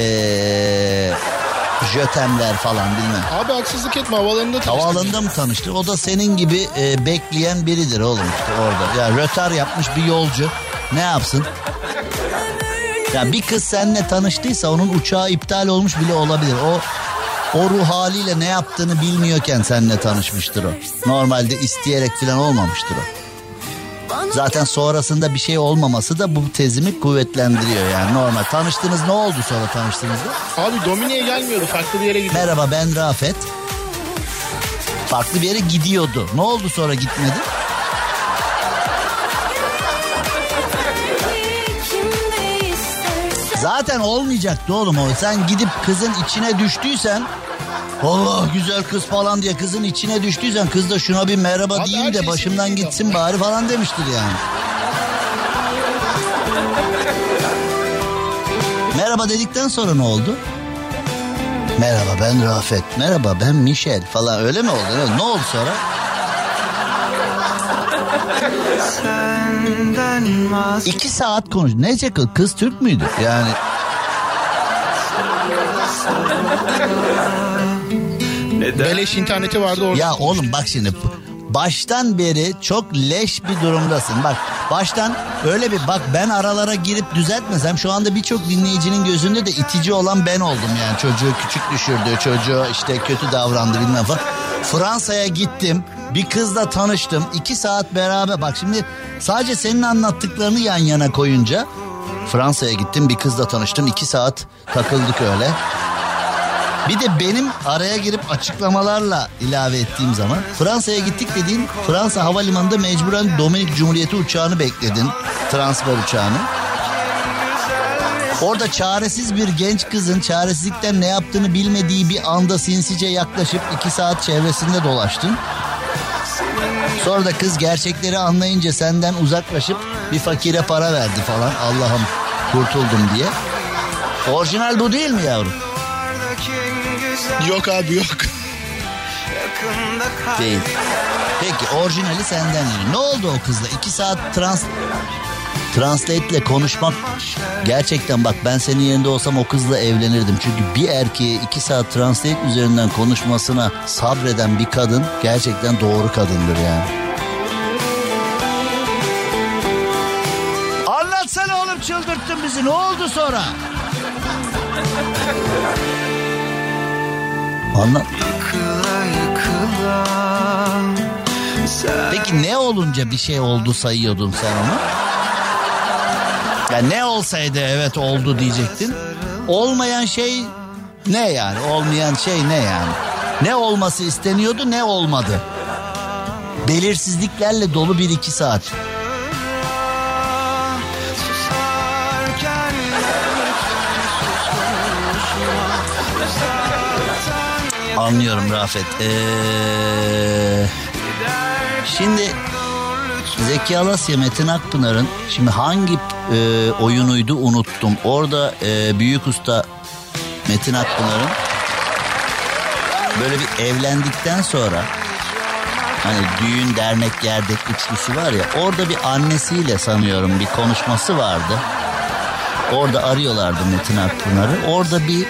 jötemler falan bilmem. Abi haksızlık etme, havaalanında tanıştık. Havaalanında mı tanıştı? O da senin gibi bekleyen biridir oğlum işte orada. Ya rötar yapmış bir yolcu. Ne yapsın? Ya bir kız seninle tanıştıysa onun uçağı iptal olmuş bile olabilir. O ruh haliyle ne yaptığını bilmiyorken seninle tanışmıştır o. Normalde isteyerek falan olmamıştır o. Zaten sonrasında bir şey olmaması da bu tezimi kuvvetlendiriyor yani normal. Tanıştınız, ne oldu sonra tanıştığınızda? Abi Dominik'e gelmiyordu, farklı bir yere gidiyordu. Merhaba, ben Rafet. Farklı bir yere gidiyordu. Ne oldu sonra gitmedi? Zaten olmayacaktı oğlum o. Sen gidip kızın içine düştüysen, Allah güzel kız falan diye kızın içine düştüysen, kız da şuna bir merhaba abi diyeyim de başımdan gitsin bari falan demiştir yani. Merhaba dedikten sonra ne oldu? Merhaba ben Rafet, merhaba ben Michel falan, öyle mi oldu? Ne oldu sonra? İki saat konuş. Neyse kız Türk müydü? Yani beleş interneti vardı orada. ya oğlum bak şimdi, baştan beri çok leş bir durumdasın. Bak baştan öyle bir bak, ben aralara girip düzeltmesem şu anda birçok dinleyicinin gözünde de itici olan ben oldum yani. Çocuğu küçük düşürdü, çocuğu işte kötü davrandı bilmem falan. Fransa'ya gittim, bir kızla tanıştım, 2 saat beraber. Bak şimdi sadece senin anlattıklarını yan yana koyunca, Fransa'ya gittim, bir kızla tanıştım, 2 saat takıldık öyle. Bir de benim araya girip açıklamalarla ilave ettiğim zaman, Fransa'ya gittik dediğin, Fransa havalimanında mecburen Dominik Cumhuriyeti uçağını bekledin. Transfer uçağını. Orada çaresiz bir genç kızın çaresizlikten ne yaptığını bilmediği bir anda sinsice yaklaşıp 2 saat çevresinde dolaştın. Sonra da kız gerçekleri anlayınca senden uzaklaşıp bir fakire para verdi falan. Allah'ım kurtuldum diye. Orijinal bu değil mi yavrum? Yok abi yok. Değil. Peki orijinali senden yani. Ne oldu o kızla? 2 saat Translate ile konuşmak, gerçekten bak ben senin yerinde olsam o kızla evlenirdim. Çünkü bir erkeğe 2 saat Translate üzerinden konuşmasına sabreden bir kadın gerçekten doğru kadındır yani. Anlatsana oğlum, çıldırttın bizi. Ne oldu sonra? Anlat. Peki ne olunca bir şey oldu sayıyordun sen onu? Ya ne olsaydı evet oldu diyecektin. Olmayan şey ne yani? Olmayan şey ne yani? Ne olması isteniyordu, ne olmadı? Belirsizliklerle dolu 1-2 saat. Anlıyorum Rafet. Şimdi Zeki Alasya, Metin Akpınar'ın, şimdi hangi oyunuydu unuttum. Orada büyük usta Metin Akpınar'ın böyle bir evlendikten sonra, hani düğün dernek gerdek üçlüsü var ya, orada bir annesiyle sanıyorum bir konuşması vardı. Orada arıyorlardı Metin Akpınar'ı. Orada bir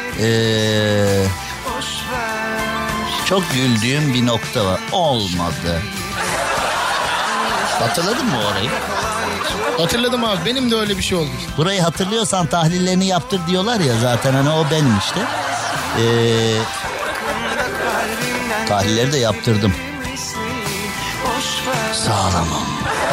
çok güldüğüm bir nokta var. Olmadı. Hatırladın mı orayı? Hatırladım abi, benim de öyle bir şey oldu. Burayı hatırlıyorsan tahlillerini yaptır diyorlar ya zaten, hani o benim işte. Tahlilleri de yaptırdım. Sağlamam.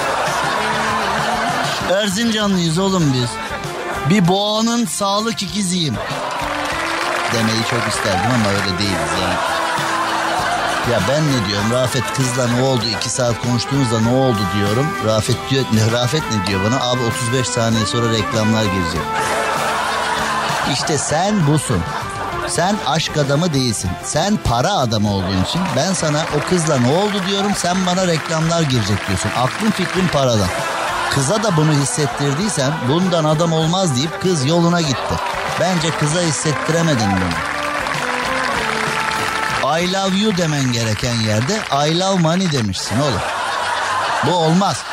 Erzincanlıyız oğlum biz. Bir boğanın sağlık ikiziyim demeyi çok isterdim ama öyle değiliz yani. Ya ben ne diyorum, Rafet kızla ne oldu, 2 saat konuştuğunuzda ne oldu diyorum. Rafet diyor, Rafet ne diyor bana? Abi 35 saniye sonra reklamlar girecek. İşte sen busun. Sen aşk adamı değilsin. Sen para adamı olduğun için ben sana o kızla ne oldu diyorum, sen bana reklamlar girecek diyorsun. Aklın fikrin paradan. Kıza da bunu hissettirdiysen bundan adam olmaz deyip kız yoluna gitti. Bence kıza hissettiremedin bunu. I love you demen gereken yerde I love money demişsin oğlum. Bu olmaz.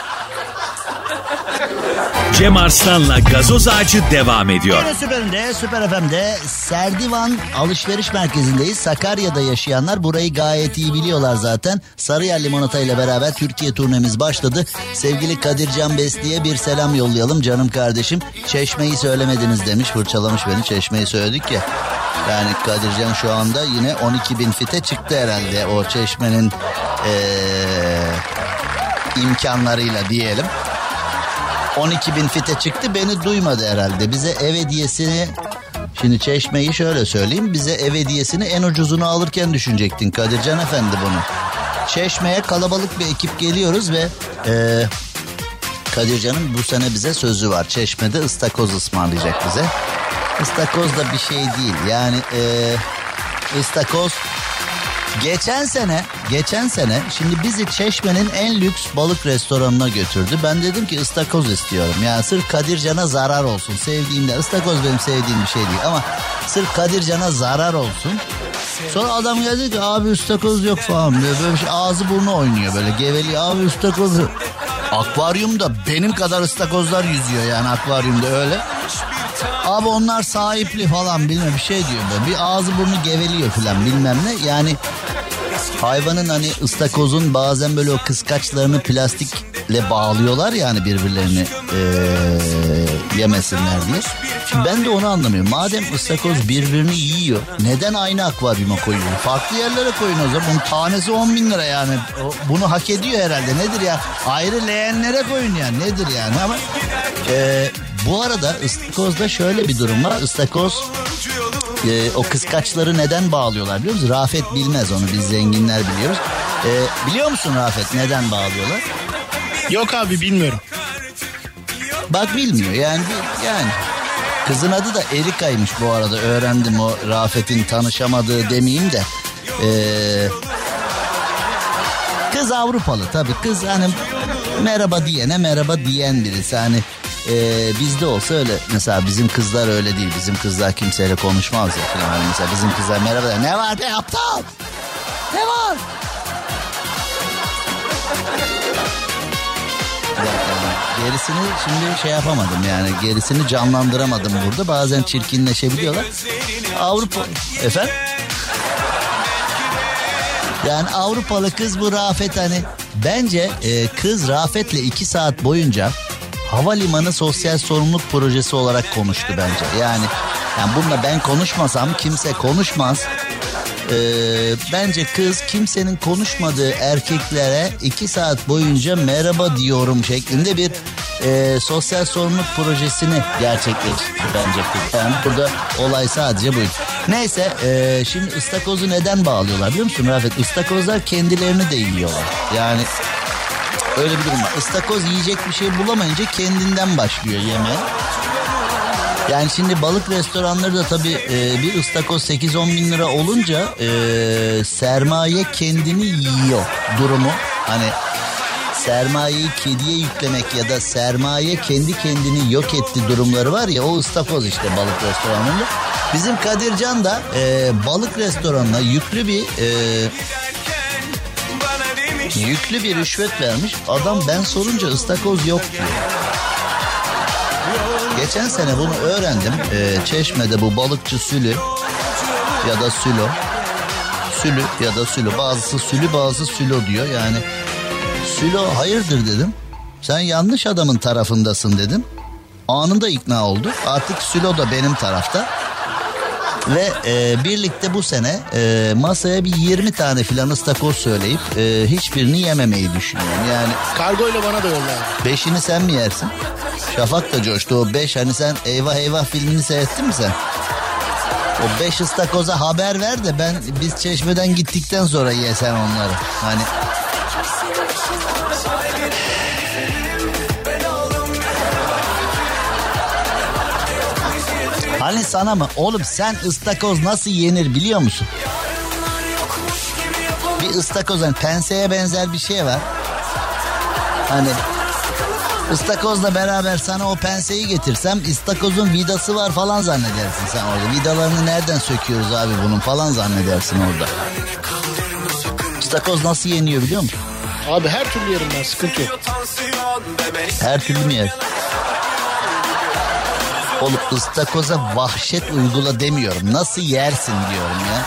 Cem Arslan'la Gazoz Ağacı devam ediyor. Yine Süper FM'de Serdivan alışveriş merkezindeyiz. Sakarya'da yaşayanlar burayı gayet iyi biliyorlar zaten. Sarıyer Limonata ile beraber Türkiye turnemiz başladı. Sevgili Kadircan Besli'ye bir selam yollayalım canım kardeşim. Çeşme'yi söylemediniz demiş, fırçalamış beni. Çeşme'yi söyledik ya. Yani Kadircan şu anda yine 12.000 fite çıktı herhalde o Çeşme'nin imkanlarıyla diyelim. 12.000 fite çıktı, beni duymadı herhalde. Bize ev hediyesini, şimdi Çeşme'yi şöyle söyleyeyim, bize ev hediyesini en ucuzunu alırken düşünecektin Kadircan Efendi bunu. Çeşme'ye kalabalık bir ekip geliyoruz ve Kadircan'ın bu sene bize sözü var. Çeşme'de ıstakoz ısmarlayacak bize. ıstakoz da bir şey değil. Yani ıstakoz geçen sene şimdi bizi Çeşme'nin en lüks balık restoranına götürdü. Ben dedim ki ıstakoz istiyorum. Yani sırf Kadircan'a zarar olsun. Sevdiğimde ıstakoz benim sevdiğim bir şey değil ama sırf Kadircan'a zarar olsun. Sonra adam geldi ki abi ıstakoz yok falan diyor. Böyle bir şey, ağzı burnu oynuyor böyle geveliyor. Abi ıstakoz. Akvaryumda benim kadar ıstakozlar yüzüyor yani akvaryumda öyle. Abi onlar sahipli falan bilmem bir şey diyor böyle. Bir ağzı burnu geveliyor falan bilmem ne. Yani hayvanın hani ıstakozun bazen böyle o kıskaçlarını plastikle bağlıyorlar yani birbirlerini yemesinler diye. Şimdi ben de onu anlamıyorum. Madem ıstakoz birbirini yiyor neden aynı akvaryuma koyuyor? Farklı yerlere koyun o zaman. Bunun tanesi 10.000 lira yani. Bunu hak ediyor herhalde. Nedir ya? Ayrı leğenlere koyun yani. Nedir yani? Ama bu arada ıstakozda şöyle bir durum var. Istakoz o kıskaçları neden bağlıyorlar biliyor musun? Rafet bilmez onu, biz zenginler biliyoruz. Biliyor musun Rafet neden bağlıyorlar? Yok abi bilmiyorum. Bak bilmiyor yani kızın adı da Erika'ymış bu arada, öğrendim, o Rafet'in tanışamadığı demeyeyim de. Kız Avrupalı tabii, kız hani merhaba diyene merhaba diyen birisi hani. Bizde olsa öyle mesela, bizim kızlar öyle değil, bizim kızlar kimseyle konuşmaz ya falan. Mesela bizim kızlar merhaba der, ne var be aptal, ne var? Gerisini şimdi şey yapamadım yani, gerisini canlandıramadım burada, bazen çirkinleşebiliyorlar. Avrupa efendim, yani Avrupalı kız bu Rafet, hani bence kız Rafet'le 2 saat boyunca havalimanı sosyal sorumluluk projesi olarak konuştu bence. Yani bununla ben konuşmasam kimse konuşmaz. Bence kız kimsenin konuşmadığı erkeklere 2 saat boyunca merhaba diyorum şeklinde bir sosyal sorumluluk projesini gerçekleştirdi bence kız. Yani burada olay sadece buydu. Neyse şimdi ıstakozu neden bağlıyorlar biliyor musun Rafet? Istakozlar kendilerini de yiyorlar. Yani öyle bir durum var. Istakoz yiyecek bir şey bulamayınca kendinden başlıyor yemeye. Yani şimdi balık restoranları da tabii bir ıstakoz 8-10 bin lira olunca sermaye kendini yiyor durumu. Hani sermayeyi kediye yüklemek ya da sermaye kendi kendini yok etti durumları var ya, o ıstakoz işte balık restoranında. Bizim Kadircan da balık restoranına yüklü bir rüşvet vermiş. Adam ben sorunca ıstakoz yok diyor. Geçen sene bunu öğrendim. Çeşme'de bu balıkçı Sülü ya da Sülo. Sülü ya da Sülo. Bazısı Sülü, bazısı Sülo diyor. Yani Sülo hayırdır dedim. Sen yanlış adamın tarafındasın dedim. Anında ikna oldu. Artık Sülo da benim tarafta. Ve birlikte bu sene masaya bir 20 tane filan ıstakoz söyleyip hiçbirini yememeyi düşünüyorum. Yani kargoyla bana da yolla. 5'ini sen mi yersin? Şafak da coştu. O 5 hani sen Eyvah Eyvah filmini seyrettin mi sen? O 5 ıstakoza haber ver de biz Çeşme'den gittikten sonra yesen onları. Hani hani sana mı? Oğlum sen ıstakoz nasıl yenir biliyor musun? Bir ıstakoz, hani penseye benzer bir şey var. Hani ıstakozla beraber sana o penseyi getirsem ıstakozun vidası var falan zannedersin sen orada. Vidalarını nereden söküyoruz abi bunun falan zannedersin orada. Istakoz nasıl yeniyor biliyor musun? Abi her türlü yerim ben, sıkıntı yok. Her türlü mü yer? Oğlum ıstakoza vahşet uygula demiyorum. Nasıl yersin diyorum ya.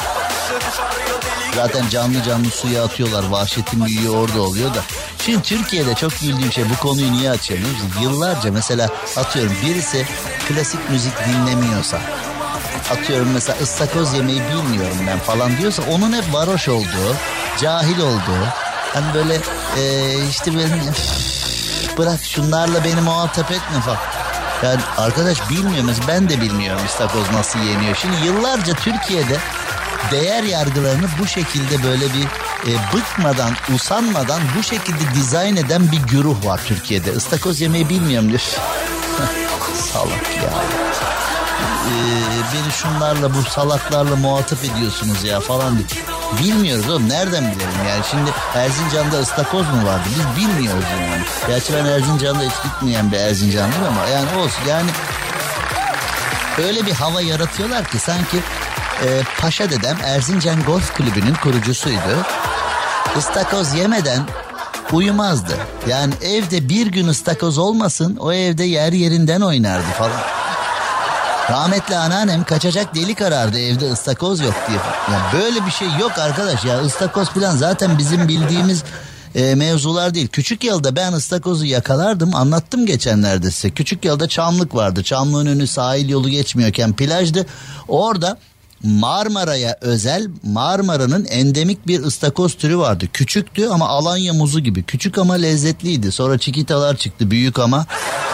Zaten canlı suya atıyorlar. Vahşetin büyüğü orada oluyor da. Şimdi Türkiye'de çok bildiğim şey, bu konuyu niye açıyorum biliyor musun? Yıllarca mesela atıyorum birisi klasik müzik dinlemiyorsa, atıyorum mesela ıstakoz yemeyi bilmiyorum ben falan diyorsa, onun hep varoş olduğu, cahil olduğu, hani böyle işte böyle bırak şunlarla beni muhatap etme falan. Yani arkadaş bilmiyor mesela, ben de bilmiyorum ıstakoz nasıl yeniyor. Şimdi yıllarca Türkiye'de değer yargılarını bu şekilde böyle bir bıkmadan, usanmadan bu şekilde dizayn eden bir güruh var Türkiye'de. Istakoz yemeyi bilmiyorum diyor. Salak ya. beni şunlarla bu salaklarla muhatap ediyorsunuz ya falan diye. Bilmiyoruz oğlum, nereden bilelim yani. Şimdi Erzincan'da ıstakoz mu vardı biz bilmiyoruz yani. Gerçi ben Erzincan'da hiç gitmeyen bir Erzincanlıyım ama yani olsun yani. Öyle bir hava yaratıyorlar ki sanki Paşa dedem Erzincan Golf Kulübü'nün kurucusuydu. Istakoz yemeden uyumazdı. Yani evde bir gün ıstakoz olmasın o evde yer yerinden oynardı falan. Rahmetli anneannem kaçacak delik arardı evde ıstakoz yok diye. Yani böyle bir şey yok arkadaş ya, ıstakoz falan zaten bizim bildiğimiz mevzular değil. Küçükyılda ben ıstakozu yakalardım, anlattım geçenlerde size. Küçükyılda Çamlık vardı. Çamlık'ın önü sahil yolu geçmiyorken plajdı. Orada Marmara'ya özel, Marmara'nın endemik bir ıstakoz türü vardı. Küçüktü ama Alanya muzu gibi. Küçük ama lezzetliydi. Sonra çikitalar çıktı büyük ama.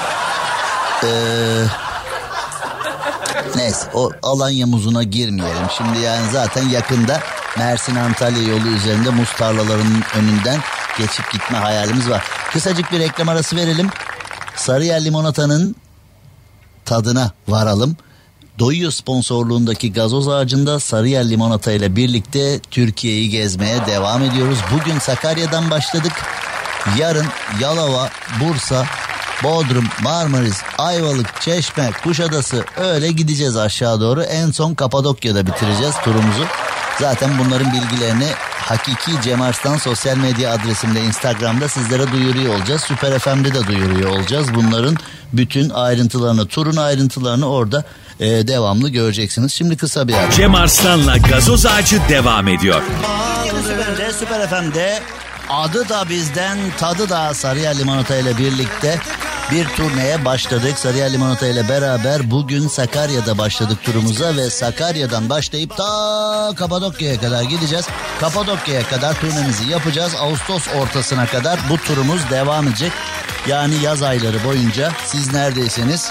Neyse o Alanya muzuna girmeyelim. Şimdi yani zaten yakında Mersin-Antalya yolu üzerinde muz tarlalarının önünden geçip gitme hayalimiz var. Kısacık bir reklam arası verelim. Sarıyer limonatanın tadına varalım. Doyuyor sponsorluğundaki gazoz ağacında Sarıyer limonata ile birlikte Türkiye'yi gezmeye devam ediyoruz. Bugün Sakarya'dan başladık. Yarın Yalova, Bursa, Bodrum, Marmaris, Ayvalık, Çeşme, Kuşadası öyle gideceğiz aşağı doğru. En son Kapadokya'da bitireceğiz turumuzu. Zaten bunların bilgilerini Hakiki Cem Arslan sosyal medya adresimde Instagram'da sizlere duyuruyor olacağız. Süper FM'de de duyuruyor olacağız. Bunların bütün ayrıntılarını, turun ayrıntılarını orada devamlı göreceksiniz. Şimdi kısa bir ara. Cem Arslan'la Gazoz Ağacı devam ediyor. Süper FM'de adı da bizden, tadı da Sarıyer Limonata ile birlikte bir turneye başladık. Sarıyer Limonata ile beraber bugün Sakarya'da başladık turumuza ve Sakarya'dan başlayıp ta Kapadokya'ya kadar gideceğiz. Kapadokya'ya kadar turnemizi yapacağız. Ağustos ortasına kadar bu turumuz devam edecek. Yani yaz ayları boyunca siz neredeyseniz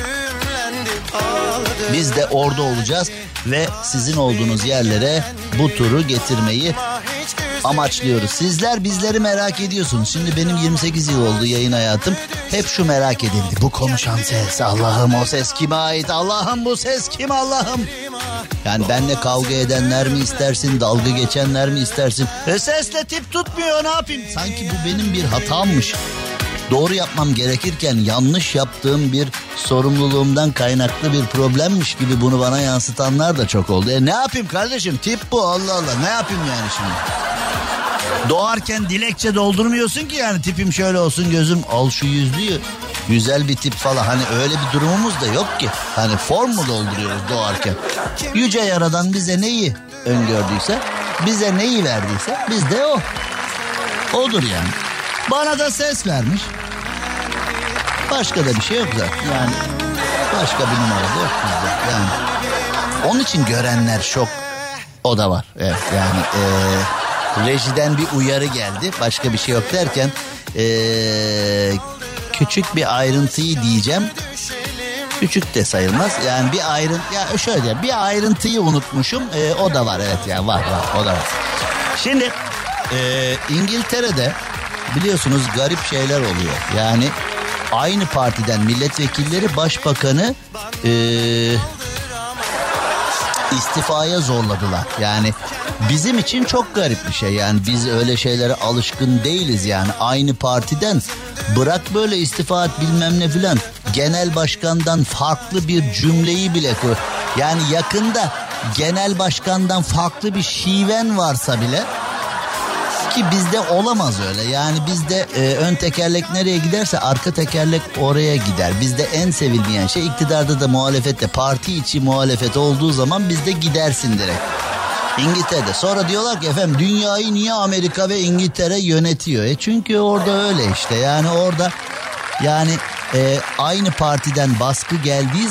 biz de orada olacağız ve sizin olduğunuz yerlere bu turu getirmeyi amaçlıyoruz. Sizler bizleri merak ediyorsunuz. Şimdi benim 28 yıl oldu yayın hayatım. Hep şu merak edildi. Bu konuşan ses, Allah'ım o ses kime ait? Allah'ım bu ses kim Allah'ım? Yani benimle kavga edenler mi istersin? Dalga geçenler mi istersin? Sesle tip tutmuyor, ne yapayım? Sanki bu benim bir hatammış. Doğru yapmam gerekirken yanlış yaptığım bir sorumluluğumdan kaynaklı bir problemmiş gibi bunu bana yansıtanlar da çok oldu. Ne yapayım kardeşim, tip bu, Allah Allah, ne yapayım yani şimdi? Doğarken dilekçe doldurmuyorsun ki yani tipim şöyle olsun, gözüm al şu yüzlüyü, güzel bir tip falan, hani öyle bir durumumuz da yok ki. Hani form mu dolduruyoruz doğarken? Yüce Yaradan bize neyi öngördüyse, bize neyi verdiyse bizde o. Odur yani. Bana da ses vermiş. Başka da bir şey yok zaten. Yani başka bir numara da yok bizde. Yani onun için görenler şok. O da var. Evet yani rejiden bir uyarı geldi. Başka bir şey yok derken küçük bir ayrıntıyı diyeceğim. Küçük de sayılmaz. Yani bir ayrıntı, ya şöyle diyeyim, bir ayrıntıyı unutmuşum. O da var, evet yani var o da var. Şimdi İngiltere'de biliyorsunuz garip şeyler oluyor. Yani aynı partiden milletvekilleri başbakanı istifaya zorladılar. Yani bizim için çok garip bir şey. Yani biz öyle şeylere alışkın değiliz yani. Aynı partiden bırak böyle istifa et bilmem ne filan. Genel başkandan farklı bir cümleyi bile koy. Yani yakında genel başkandan farklı bir şiven varsa bile, ki bizde olamaz öyle. Yani bizde ön tekerlek nereye giderse arka tekerlek oraya gider. Bizde en sevilmeyen şey, iktidarda da muhalefette, parti içi muhalefet olduğu zaman bizde gidersin direkt. İngiltere'de. Sonra diyorlar ki efendim dünyayı niye Amerika ve İngiltere yönetiyor? Çünkü orada öyle işte. Yani orada yani aynı partiden baskı geldiği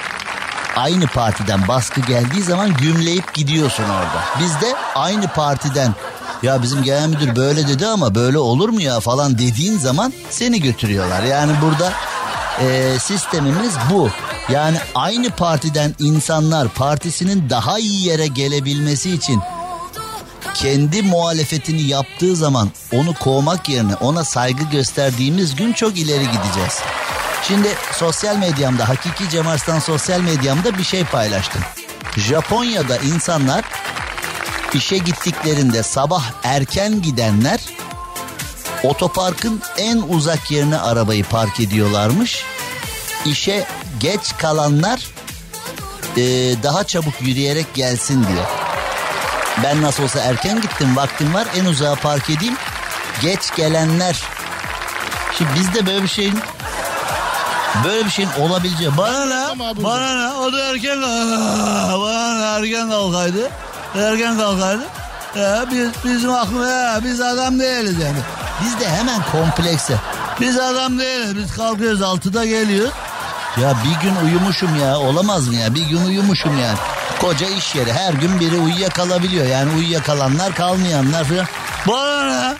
zaman gümleyip gidiyorsun orada. Bizde aynı partiden ya bizim genel müdür böyle dedi ama böyle olur mu ya falan dediğin zaman seni götürüyorlar. Yani burada sistemimiz bu. Yani aynı partiden insanlar partisinin daha iyi yere gelebilmesi için kendi muhalefetini yaptığı zaman onu kovmak yerine ona saygı gösterdiğimiz gün çok ileri gideceğiz. Şimdi sosyal medyamda, Hakiki Cem Arslan sosyal medyamda bir şey paylaştım. Japonya'da insanlar işe gittiklerinde sabah erken gidenler otoparkın en uzak yerine arabayı park ediyorlarmış. İşe geç kalanlar daha çabuk yürüyerek gelsin diye. Ben nasıl olsa erken gittim, vaktim var, en uzağa park edeyim. Geç gelenler. Şimdi bizde böyle bir şeyin olabileceği. Bana ne? O da erken kalkaydı. Erken kalkaydı. Bizim aklımız, biz adam değiliz yani. Biz de hemen komplekse. Biz adam değiliz. Biz kalkıyoruz 6'da geliyoruz. Ya bir gün uyumuşum ya, olamaz mı ya? Bir gün uyumuşum yani. Koca iş yeri, her gün biri uyuyakalabiliyor. Yani uyuyakalanlar, kalmayanlar falan. Bana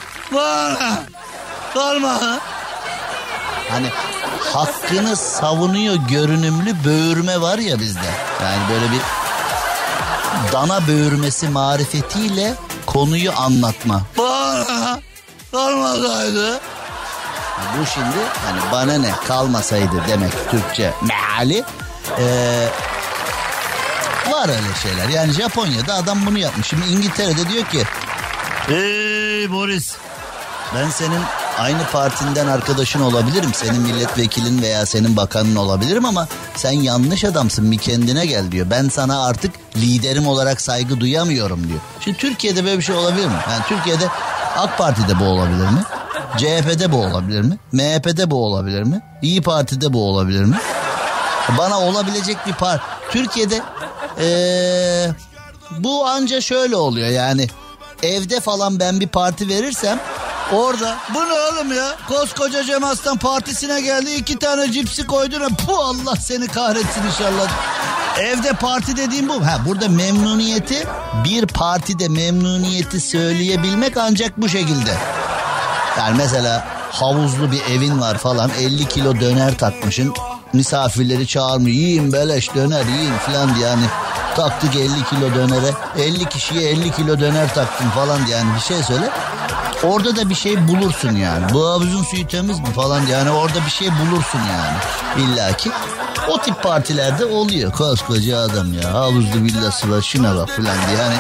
kalma. Hani hakkını savunuyor görünümlü böğürme var ya bizde. Yani böyle bir dana böğürmesi marifetiyle konuyu anlatma. Bana kalmasaydı. Bu şimdi hani bana ne kalmasaydı demek Türkçe meali. Var öyle şeyler. Yani Japonya'da adam bunu yapmış. Şimdi İngiltere'de diyor ki hey Boris, ben senin aynı partinden arkadaşın olabilirim. Senin milletvekilin veya senin bakanın olabilirim ama sen yanlış adamsın, bir kendine gel diyor. Ben sana artık liderim olarak saygı duyamıyorum diyor. Şimdi Türkiye'de böyle bir şey olabilir mi? Yani Türkiye'de AK Parti'de bu olabilir mi? CHP'de bu olabilir mi? MHP'de bu olabilir mi? İYİ Parti'de bu olabilir mi? Bana olabilecek bir parti. Türkiye'de bu anca şöyle oluyor yani. Evde falan ben bir parti verirsem orada bu ne oğlum ya? Koskoca Cem Arslan partisine geldi, 2 tane cipsi koydun. Puh, Allah seni kahretsin inşallah. Evde parti dediğim bu. Burada memnuniyeti, bir partide memnuniyeti söyleyebilmek ancak bu şekilde. Yani mesela havuzlu bir evin var falan, 50 kilo döner takmışsın. Misafirleri çağırmıyor. Yiyin beleş döner yiyin falan diye, yani taktık 50 kilo dönere. 50 kişiye 50 kilo döner taktım falan diye, yani bir şey söyle. Orada da bir şey bulursun yani. Bu havuzun suyu temiz mi falan diye. Yani orada bir şey bulursun yani. İllaki. O tip partilerde oluyor. Koskoca adam ya. Havuzlu villası var, şuna bak falan diye. Yani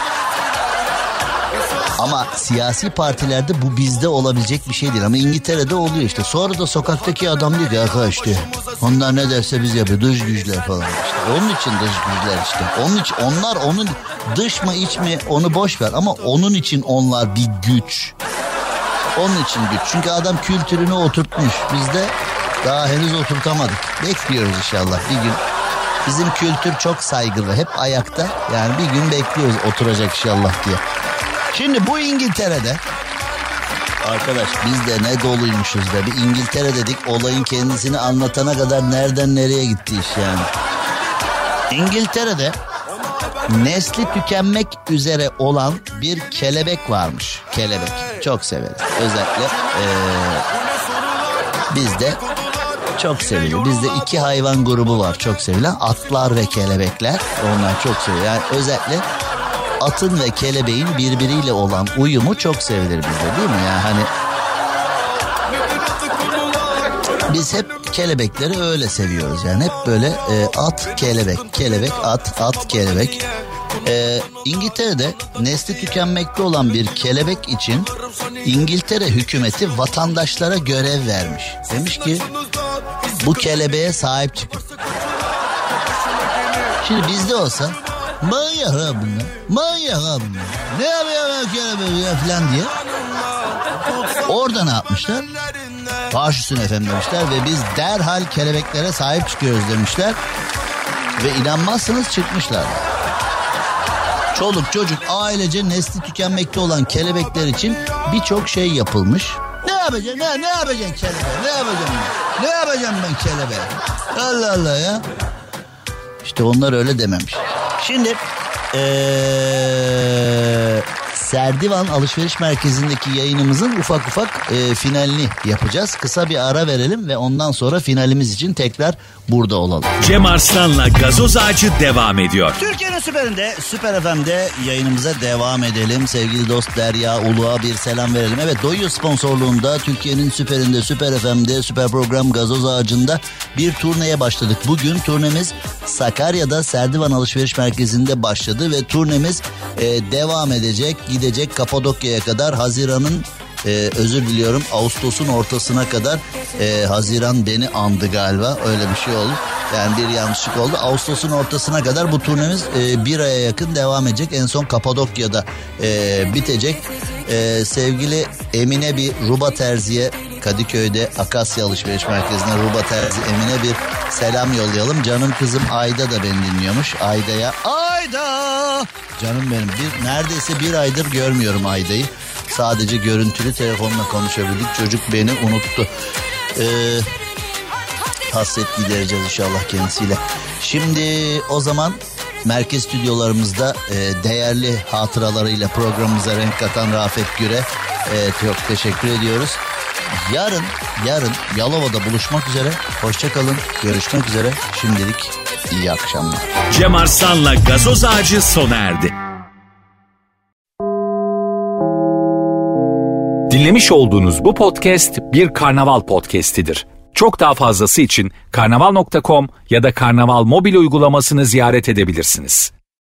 ama siyasi partilerde bu bizde olabilecek bir şey değil. Ama İngiltere'de oluyor işte. Sonra da sokaktaki adam diyor ki arkadaş işte onlar ne derse biz yapıyor. Dış güçler falan işte. Onun için dış güçler işte. Onun için onlar, onun dış mı iç mi onu boş ver. Ama onun için onlar bir güç. Onun için güç. Çünkü adam kültürünü oturtmuş. Biz de daha henüz oturtamadık. Bekliyoruz inşallah bir gün. Bizim kültür çok saygılı. Hep ayakta. Yani bir gün bekliyoruz oturacak inşallah diye. Şimdi bu İngiltere'de, arkadaş biz de ne doluymuşuz be, bir İngiltere dedik, olayın kendisini anlatana kadar nereden nereye gitti iş yani. İngiltere'de nesli tükenmek üzere olan bir kelebek varmış. Kelebek çok severiz. Özellikle bizde çok sevilir. Bizde 2 hayvan grubu var çok sevilen, atlar ve kelebekler. Onlar çok sevilir. Yani özellikle atın ve kelebeğin birbiriyle olan uyumu çok sevilir bizde, değil mi? Yani hani biz hep kelebekleri öyle seviyoruz. Yani hep böyle at kelebek, kelebek at, at kelebek. İngiltere'de nesli tükenmekte olan bir kelebek için İngiltere hükümeti vatandaşlara görev vermiş. Demiş ki bu kelebeğe sahip çıkın. Şimdi bizde olsa manyak ha bunlar. Manyak ha bunlar. Ne yapıyor ben kelebeği ya falan diye. Orada ne yapmışlar? Başüstüne efendim demişler ve biz derhal kelebeklere sahip çıkıyoruz demişler. Ve inanmazsınız çıkmışlar. Çoluk çocuk ailece nesli tükenmekte olan kelebekler için birçok şey yapılmış. Ne yapacaksın? Ne yapacaksın kelebeğe? Ne yapacaksın? Ne yapacağım ben kelebeğe? Allah Allah ya. İşte onlar öyle dememiş. Şimdi Serdivan Alışveriş Merkezi'ndeki yayınımızın ufak finalini yapacağız. Kısa bir ara verelim ve ondan sonra finalimiz için tekrar burada olalım. Cem Arslan'la Gazoz Ağacı devam ediyor. Türkiye'nin süperinde, Süper FM'de yayınımıza devam edelim. Sevgili dost Derya Uluğa bir selam verelim. Evet, Doyuyor sponsorluğunda Türkiye'nin süperinde, Süper FM'de, süper program Gazoz Ağacı'nda bir turneye başladık. Bugün turnemiz Sakarya'da Serdivan Alışveriş Merkezi'nde başladı ve turnemiz devam edecek, gidecek Kapadokya'ya kadar. Haziran'ın özür diliyorum, Ağustos'un ortasına kadar. Haziran beni andı galiba, öyle bir şey oldu. Yani bir yanlışlık oldu. Ağustos'un ortasına kadar bu turnemiz bir aya yakın devam edecek. En son Kapadokya'da bitecek. Sevgili Emine bir Ruba Terzi'ye, Kadıköy'de Akasya Alışveriş Merkezi'ne Ruba Terzi Emine bir selam yollayalım. Canım kızım Ayda da beni dinliyormuş. Ayda'ya, Ayda! Canım benim, neredeyse bir aydır görmüyorum Ayda'yı. Sadece görüntülü telefonla konuşabildik. Çocuk beni unuttu. Hasret gidereceğiz inşallah kendisiyle. Şimdi o zaman merkez stüdyolarımızda değerli hatıralarıyla programımıza renk katan Rafet Gür'e çok teşekkür ediyoruz. Yarın Yalova'da buluşmak üzere. Hoşça kalın. Görüşmek üzere. Şimdilik iyi akşamlar. Cem Arslan'la Gazoz Ağacı sona erdi. Dinlemiş olduğunuz bu podcast bir Karnaval podcastidir. Çok daha fazlası için karnaval.com ya da Karnaval mobil uygulamasını ziyaret edebilirsiniz.